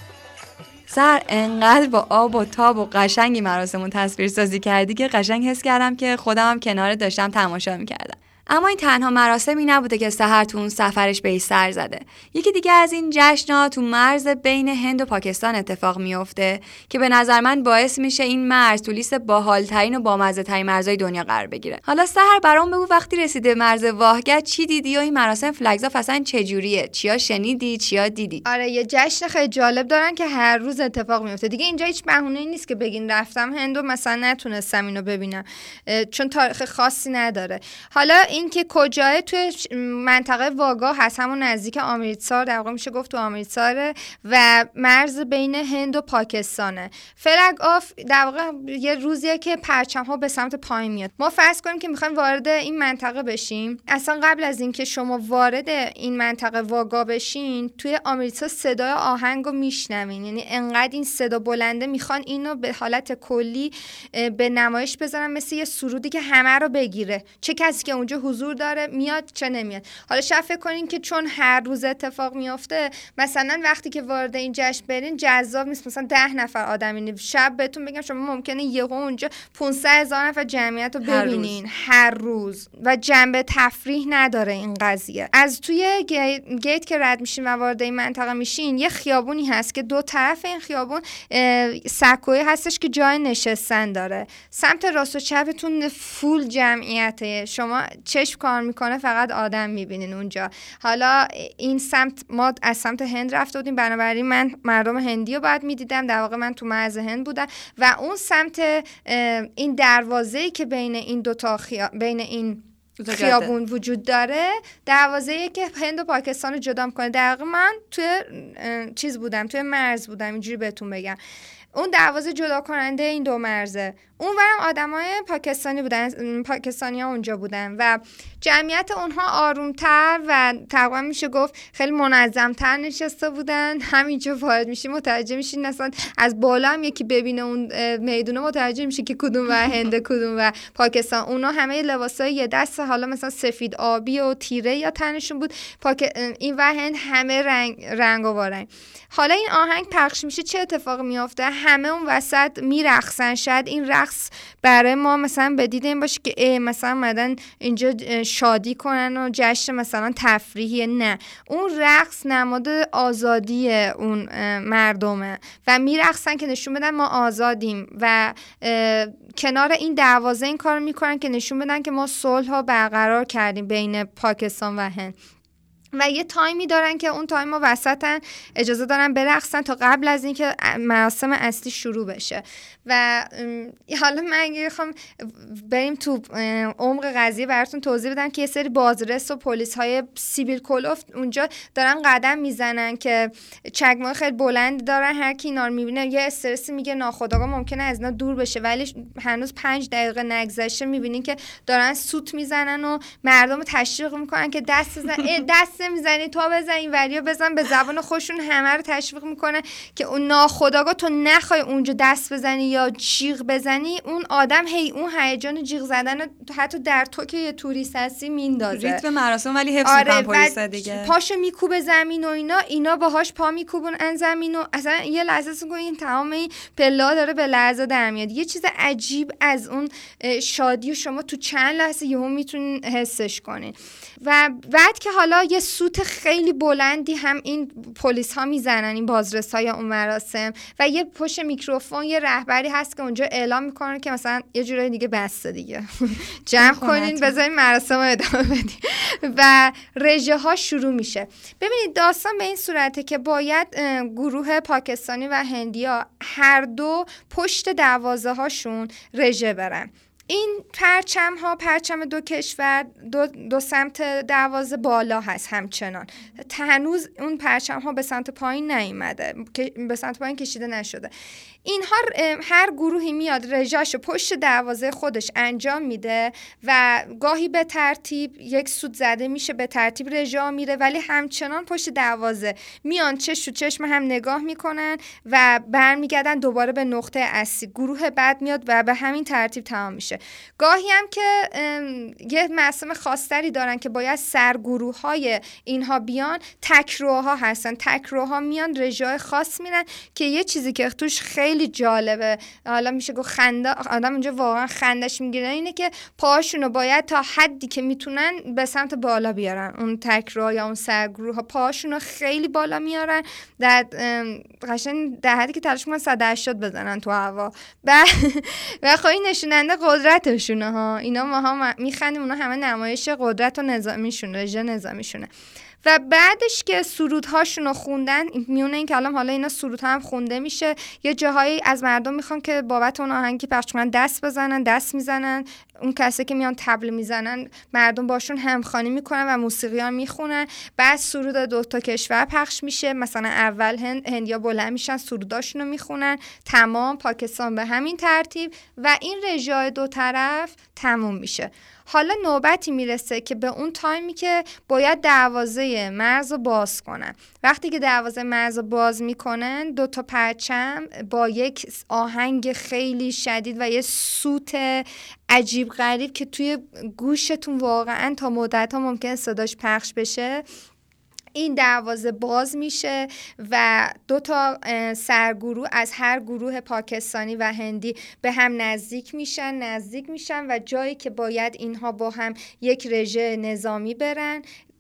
S9: है।
S1: سر انقدر با آب و تاب و قشنگی مراسمون تصویر سازی کردی که قشنگ حس کردم که خودم هم کنار داشتم تماشا میکردم. اما این تنها مراسمی نبوده که سحر تو اون سفرش به سر زده. یکی دیگه از این جشن‌ها تو مرز بین هند و پاکستان اتفاق میفته که به نظر من باعث میشه این مرز تو لیست باحال‌ترین و بامزه‌ترین مرزهای دنیا قرار بگیره. حالا سحر برام بگو وقتی رسیده مرز واهگه چی دیدی و این مراسم فلگزاف اصلا چجوریه؟ چیا شنیدی؟ چیا دیدی؟
S8: آره یه جشن خیلی جالب دارن که هر روز اتفاق میفته. دیگه اینجا هیچ بهونه‌ای نیست که بگین رفتم هند و مثلا نتونستم اینو ببینم، چون تاریخ خاصی نداره. حالا این که کجای توی منطقه واگا هست، همون نزدیک امریتسر، در واقع میشه گفت تو امریتسر و مرز بین هند و پاکستانه. فلگ آف در واقع یه روزیه که پرچم ها به سمت پایین میاد. ما فرض کنیم که میخوایم وارد این منطقه بشیم، اصلا قبل از اینکه شما وارد این منطقه واگا بشین توی امریتسر صدای آهنگو میشنوین، یعنی انقدر این صدا بلنده میخوان اینو به حالت کلی به نمایش بذارن مثل یه سرودی که همه رو بگیره، چه کسی که اونجا حضور داره میاد چه نمیاد. حالا شاید فکر کنین که چون هر روز اتفاق میفته مثلا وقتی که وارد این جشن برین جذاب نیست، مثلا ده نفر آدم اینه، شب بهتون بگم شما ممکنه یهو اونجا پانصد هزار نفر جمعیت رو ببینین هر روز. هر روز و جنبه تفریح نداره این قضیه. از توی گیت که رد میشین و وارد این منطقه میشین یه خیابونی هست که دو طرف این خیابون سکوی هستش که جای نشستن داره. سمت راست و چپتون فول جمعیته، شما چشم کار میکنه فقط آدم میبینین اونجا. حالا این سمت ما از سمت هند رفته بودیم، بنابراین من مردم هندی رو باید میدیدم، در واقع من تو مرز هند بودم و اون سمت این دروازه‌ای که بین این دو تا خیا... بین این خیابون وجود داره، دروازه‌ای که هند و پاکستان رو جدا میکنه. در واقع من توی چیز بودم، توی مرز بودم، اینجوری بهتون بگم. اون دروازه جدا کننده این دو مرزه. اون ورم آدمای پاکستانی بودن، پاکستانی‌ها اونجا بودن و جمعیت اونها آرومتر و تقریبا میشه گفت خیلی منظم‌تر نشسته بودن. همینجا وارد میشی متوجه میشین مثلا از بالا هم یکی ببینه اون میدونه متوجه میشه که کدوم و هند کدوم و پاکستان. اونا همه لباسای یه دست حالا مثلا سفید آبی و تیره یا تنشون بود. پاک... این و هند همه رنگ رنگ و رنگ. حالا این آهنگ پخش میشه چه اتفاقی میافته؟ همه اون وسط میرقصن. شاید این رقص برای ما مثلا به دید این باشه که مثلا اومدن اینجا شادی کنن و جشن مثلا تفریحیه. نه، اون رقص نماد آزادی اون مردمه و میرقصن که نشون بدن ما آزادیم و کنار این دروازه این کارو میکنن که نشون بدن که ما صلح ها برقرار کردیم بین پاکستان و هند. و یه تایمی دارن که اون تایم ها وسطن اجازه دارن برقصن تا قبل از اینکه مراسم اصلی شروع بشه. و حالا من اگه بخوام بریم تو عمق قضیه براتون توضیح بدم که یه سری بازرس و پلیس های سیبیل کلوف اونجا دارن قدم میزنن که چکمه‌های خیلی بلندی دارن، هر کی اینا رو میبینه یه استرسی میگه ناخودآگاه ممکنه از اینا دور بشه، ولی هنوز پنج دقیقه نگذشته میبینین که دارن سوت میزنن و مردم رو تشویق میکنن که دست بزن، دست میزنی تو بزن، این وریا بزن، به زبان خودشون همه رو تشویق میکنه که اون ناخودآگاه تو نخوای اونجا دست بزنی یا جیغ بزنی، اون آدم هی اون هیجان جیغ زدن رو حتی در تو که یه توریست هستی میندازه
S1: ریتم مراسم، ولی حفظ
S8: آره
S1: میکنن پلیس دیگه،
S8: پاشو میکوبه زمین و اینا اینا باهاش پا میکوبن ان زمین و اصلا یه لحظه میگه این تمام این پلا داره به لرزه در میاد. یه چیز عجیب از اون شادی و شما تو چند لحظه یهو میتونین حسش کنین. و بعد که حالا یه سوت خیلی بلندی هم این پلیس ها میزنن، این بازرس های اون مراسم، و یه پشت میکروفون یه رهبری هست که اونجا اعلام میکنه که مثلا یه جورای دیگه بسته دیگه جمع کنین بذارین مراسم رو ادامه بدین و رژه ها شروع میشه. ببینید داستان به این صورته که باید گروه پاکستانی و هندیا هر دو پشت دروازه هاشون رژه برن. این پرچم ها پرچم دو کشور دو, دو سمت دروازه بالا هست همچنان، هنوز اون پرچم ها به سمت پایین نیامده، به سمت پایین کشیده نشده. اینها هر گروهی میاد رژه‌شو پشت دروازه خودش انجام میده و گاهی به ترتیب یک سوت زده میشه، به ترتیب رژه میره، ولی همچنان پشت دروازه میان چش تو چشم هم نگاه میکنن و برمیگردن دوباره به نقطه اصلی. گروه بعد میاد و به همین ترتیب تمام میشه. گاهی هم که یه مراسم خاصی دارن که باید سرگروه های اینها بیان، تکروها هستن، تکروها میان رژه خاص میرن که یه چیزی که توش خیلی خیلی جالبه، حالا میشه گفت خنده آدم اونجا واقعا خندش میگیره، اینه که پاهاشونو باید تا حدی که میتونن به سمت بالا بیارن، اون تکرار یا اون سرگروه ها پاهاشونو خیلی بالا میارن، در قشنگ در حدی که تلاش میکنن صد و هشتاد بزنن تو هوا و خب این نشوننده قدرتشونه ها. اینا ماها میخندیم، اونا همه نمایش قدرت و نظامیشونه، رژه نظامیشونه. و بعدش که سرودهاشون رو خوندن، میونه این کلام حالا اینا سرودها هم خونده میشه، یه جاهایی از مردم میخوان که بابت اون آهنگی پخش کنن دست بزنن، دست میزنن، اون کسی که میان طبل میزنن مردم باشون همخوانی میکنن و موسیقی ها میخونن. بعد سرود دو تا کشور پخش میشه، مثلا اول هند هندیا بلند میشن سروداشون رو میخونن، تمام پاکستان به همین ترتیب و این رژه دو طرف تموم میشه. حالا نوبتی میرسه که به اون تایمی که باید دروازه مرز رو باز کنن. وقتی که دروازه مرز رو باز میکنن، دو تا پرچم با یک آهنگ خیلی شدید و یه سوت عجیب غریب که توی گوشتون واقعا تا مدت ها ممکنه صداش پخش بشه، این دروازه باز میشه و دو تا سرگروه از هر گروه پاکستانی و هندی به هم نزدیک میشن نزدیک میشن و جایی که باید اینها با هم یک رژه نظامی برن.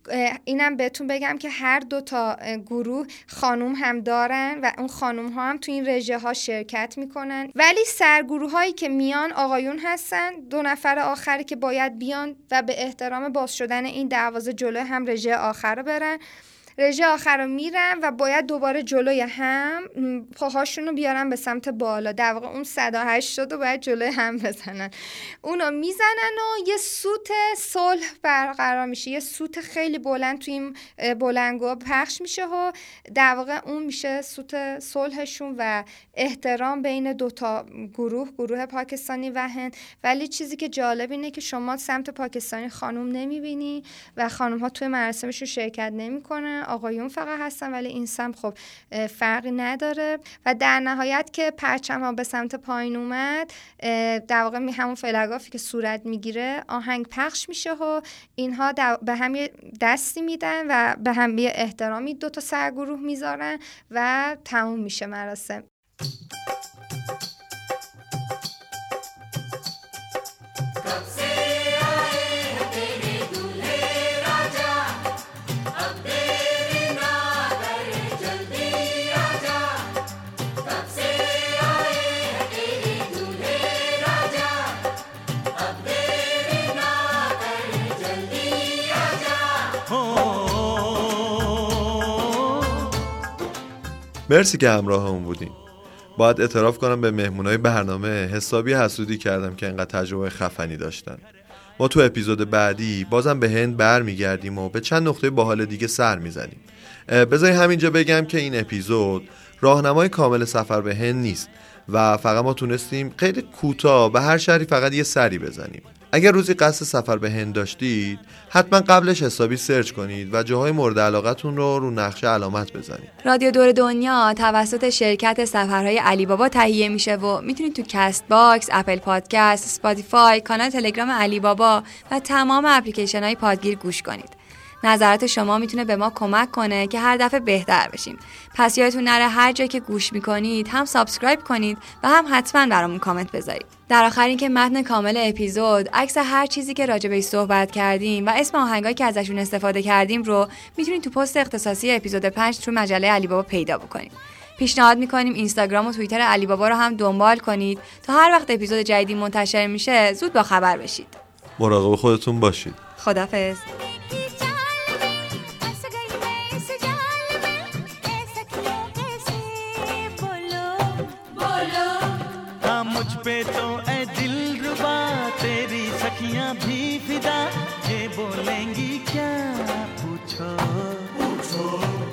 S8: اینم بهتون بگم که هر دو تا گروه خانوم هم دارن و اون خانوم ها هم تو این رژه ها شرکت میکنن، ولی سرگروه هایی که میان آقایون هستن. دو نفر آخری که باید بیان و به احترام باز شدن این دروازه جلوی هم رژه آخر رو برن. رژه آخر رو میرن و باید دوباره جلوی هم پاهاشون رو بیارن به سمت بالا، در واقع اون صد و هشتاد رو باید جلوی هم بزنن. اونو میزنن و یه سوت صلح برقرار میشه، یه سوت خیلی بلند توی این بلندگوها پخش میشه و در واقع اون میشه سوت صلحشون و احترام بین دوتا گروه، گروه پاکستانی و هند. ولی چیزی که جالب اینه که شما سمت پاکستانی خانوم نمیبینی و خانوم ها توی مراسمشون شرکت نمیکنن، آقایون فقط هستن، ولی این سمت خب فرقی نداره. و در نهایت که پرچم ها به سمت پایین اومد، در واقع همون فلگافی که صورت میگیره آهنگ پخش میشه و اینها به هم دستی میدن و به هم یه احترامی دو تا سرگروه میذارن و تموم میشه مراسم.
S2: مرسی که همراهمون بودین. باید اعتراف کنم به مهمونای برنامه حسابی حسودی کردم که انقدر تجربه خفنی داشتن. ما تو اپیزود بعدی بازم به هند برمیگردیم و به چند نقطه باحال دیگه سر میزنیم. بذارید همینجا بگم که این اپیزود راهنمای کامل سفر به هند نیست و فقط ما تونستیم خیلی کوتاه به هر شهری فقط یه سری بزنیم. اگر روزی قصد سفر به هند داشتید حتما قبلش حسابی سرچ کنید و جاهای مورد علاقتون رو رو نقشه علامت بزنید.
S1: رادیو دور دنیا توسط شرکت سفرهای علی بابا تهیه میشه و میتونید تو کست باکس، اپل پادکست، اسپاتیفای، کانال تلگرام علی بابا و تمام اپلیکیشن های پادگیر گوش کنید. نظرات شما میتونه به ما کمک کنه که هر دفعه بهتر بشیم. پس یادتون نره هر جایی که گوش میکنید هم سابسکرایب کنید و هم حتما برامون کامنت بذارید. در آخر این که متن کامل اپیزود، عکس هر چیزی که راجع بهش صحبت کردیم و اسم آهنگایی که ازشون استفاده کردیم رو میتونید تو پست اختصاصی اپیزود پنج تو مجله علی بابا پیدا بکنید. پیشنهاد میکنیم اینستاگرام و توییتر علی بابا رو هم دنبال کنید تا هر وقت اپیزود جدیدی منتشر میشه زود با خبر بشید.
S2: مراقب خودتون باشید.
S1: خدافظ.
S3: मुझ पे तो ऐ दिलरुबा तेरी सखियां भी फिदा ये बोलेंगी क्या पूछो पूछो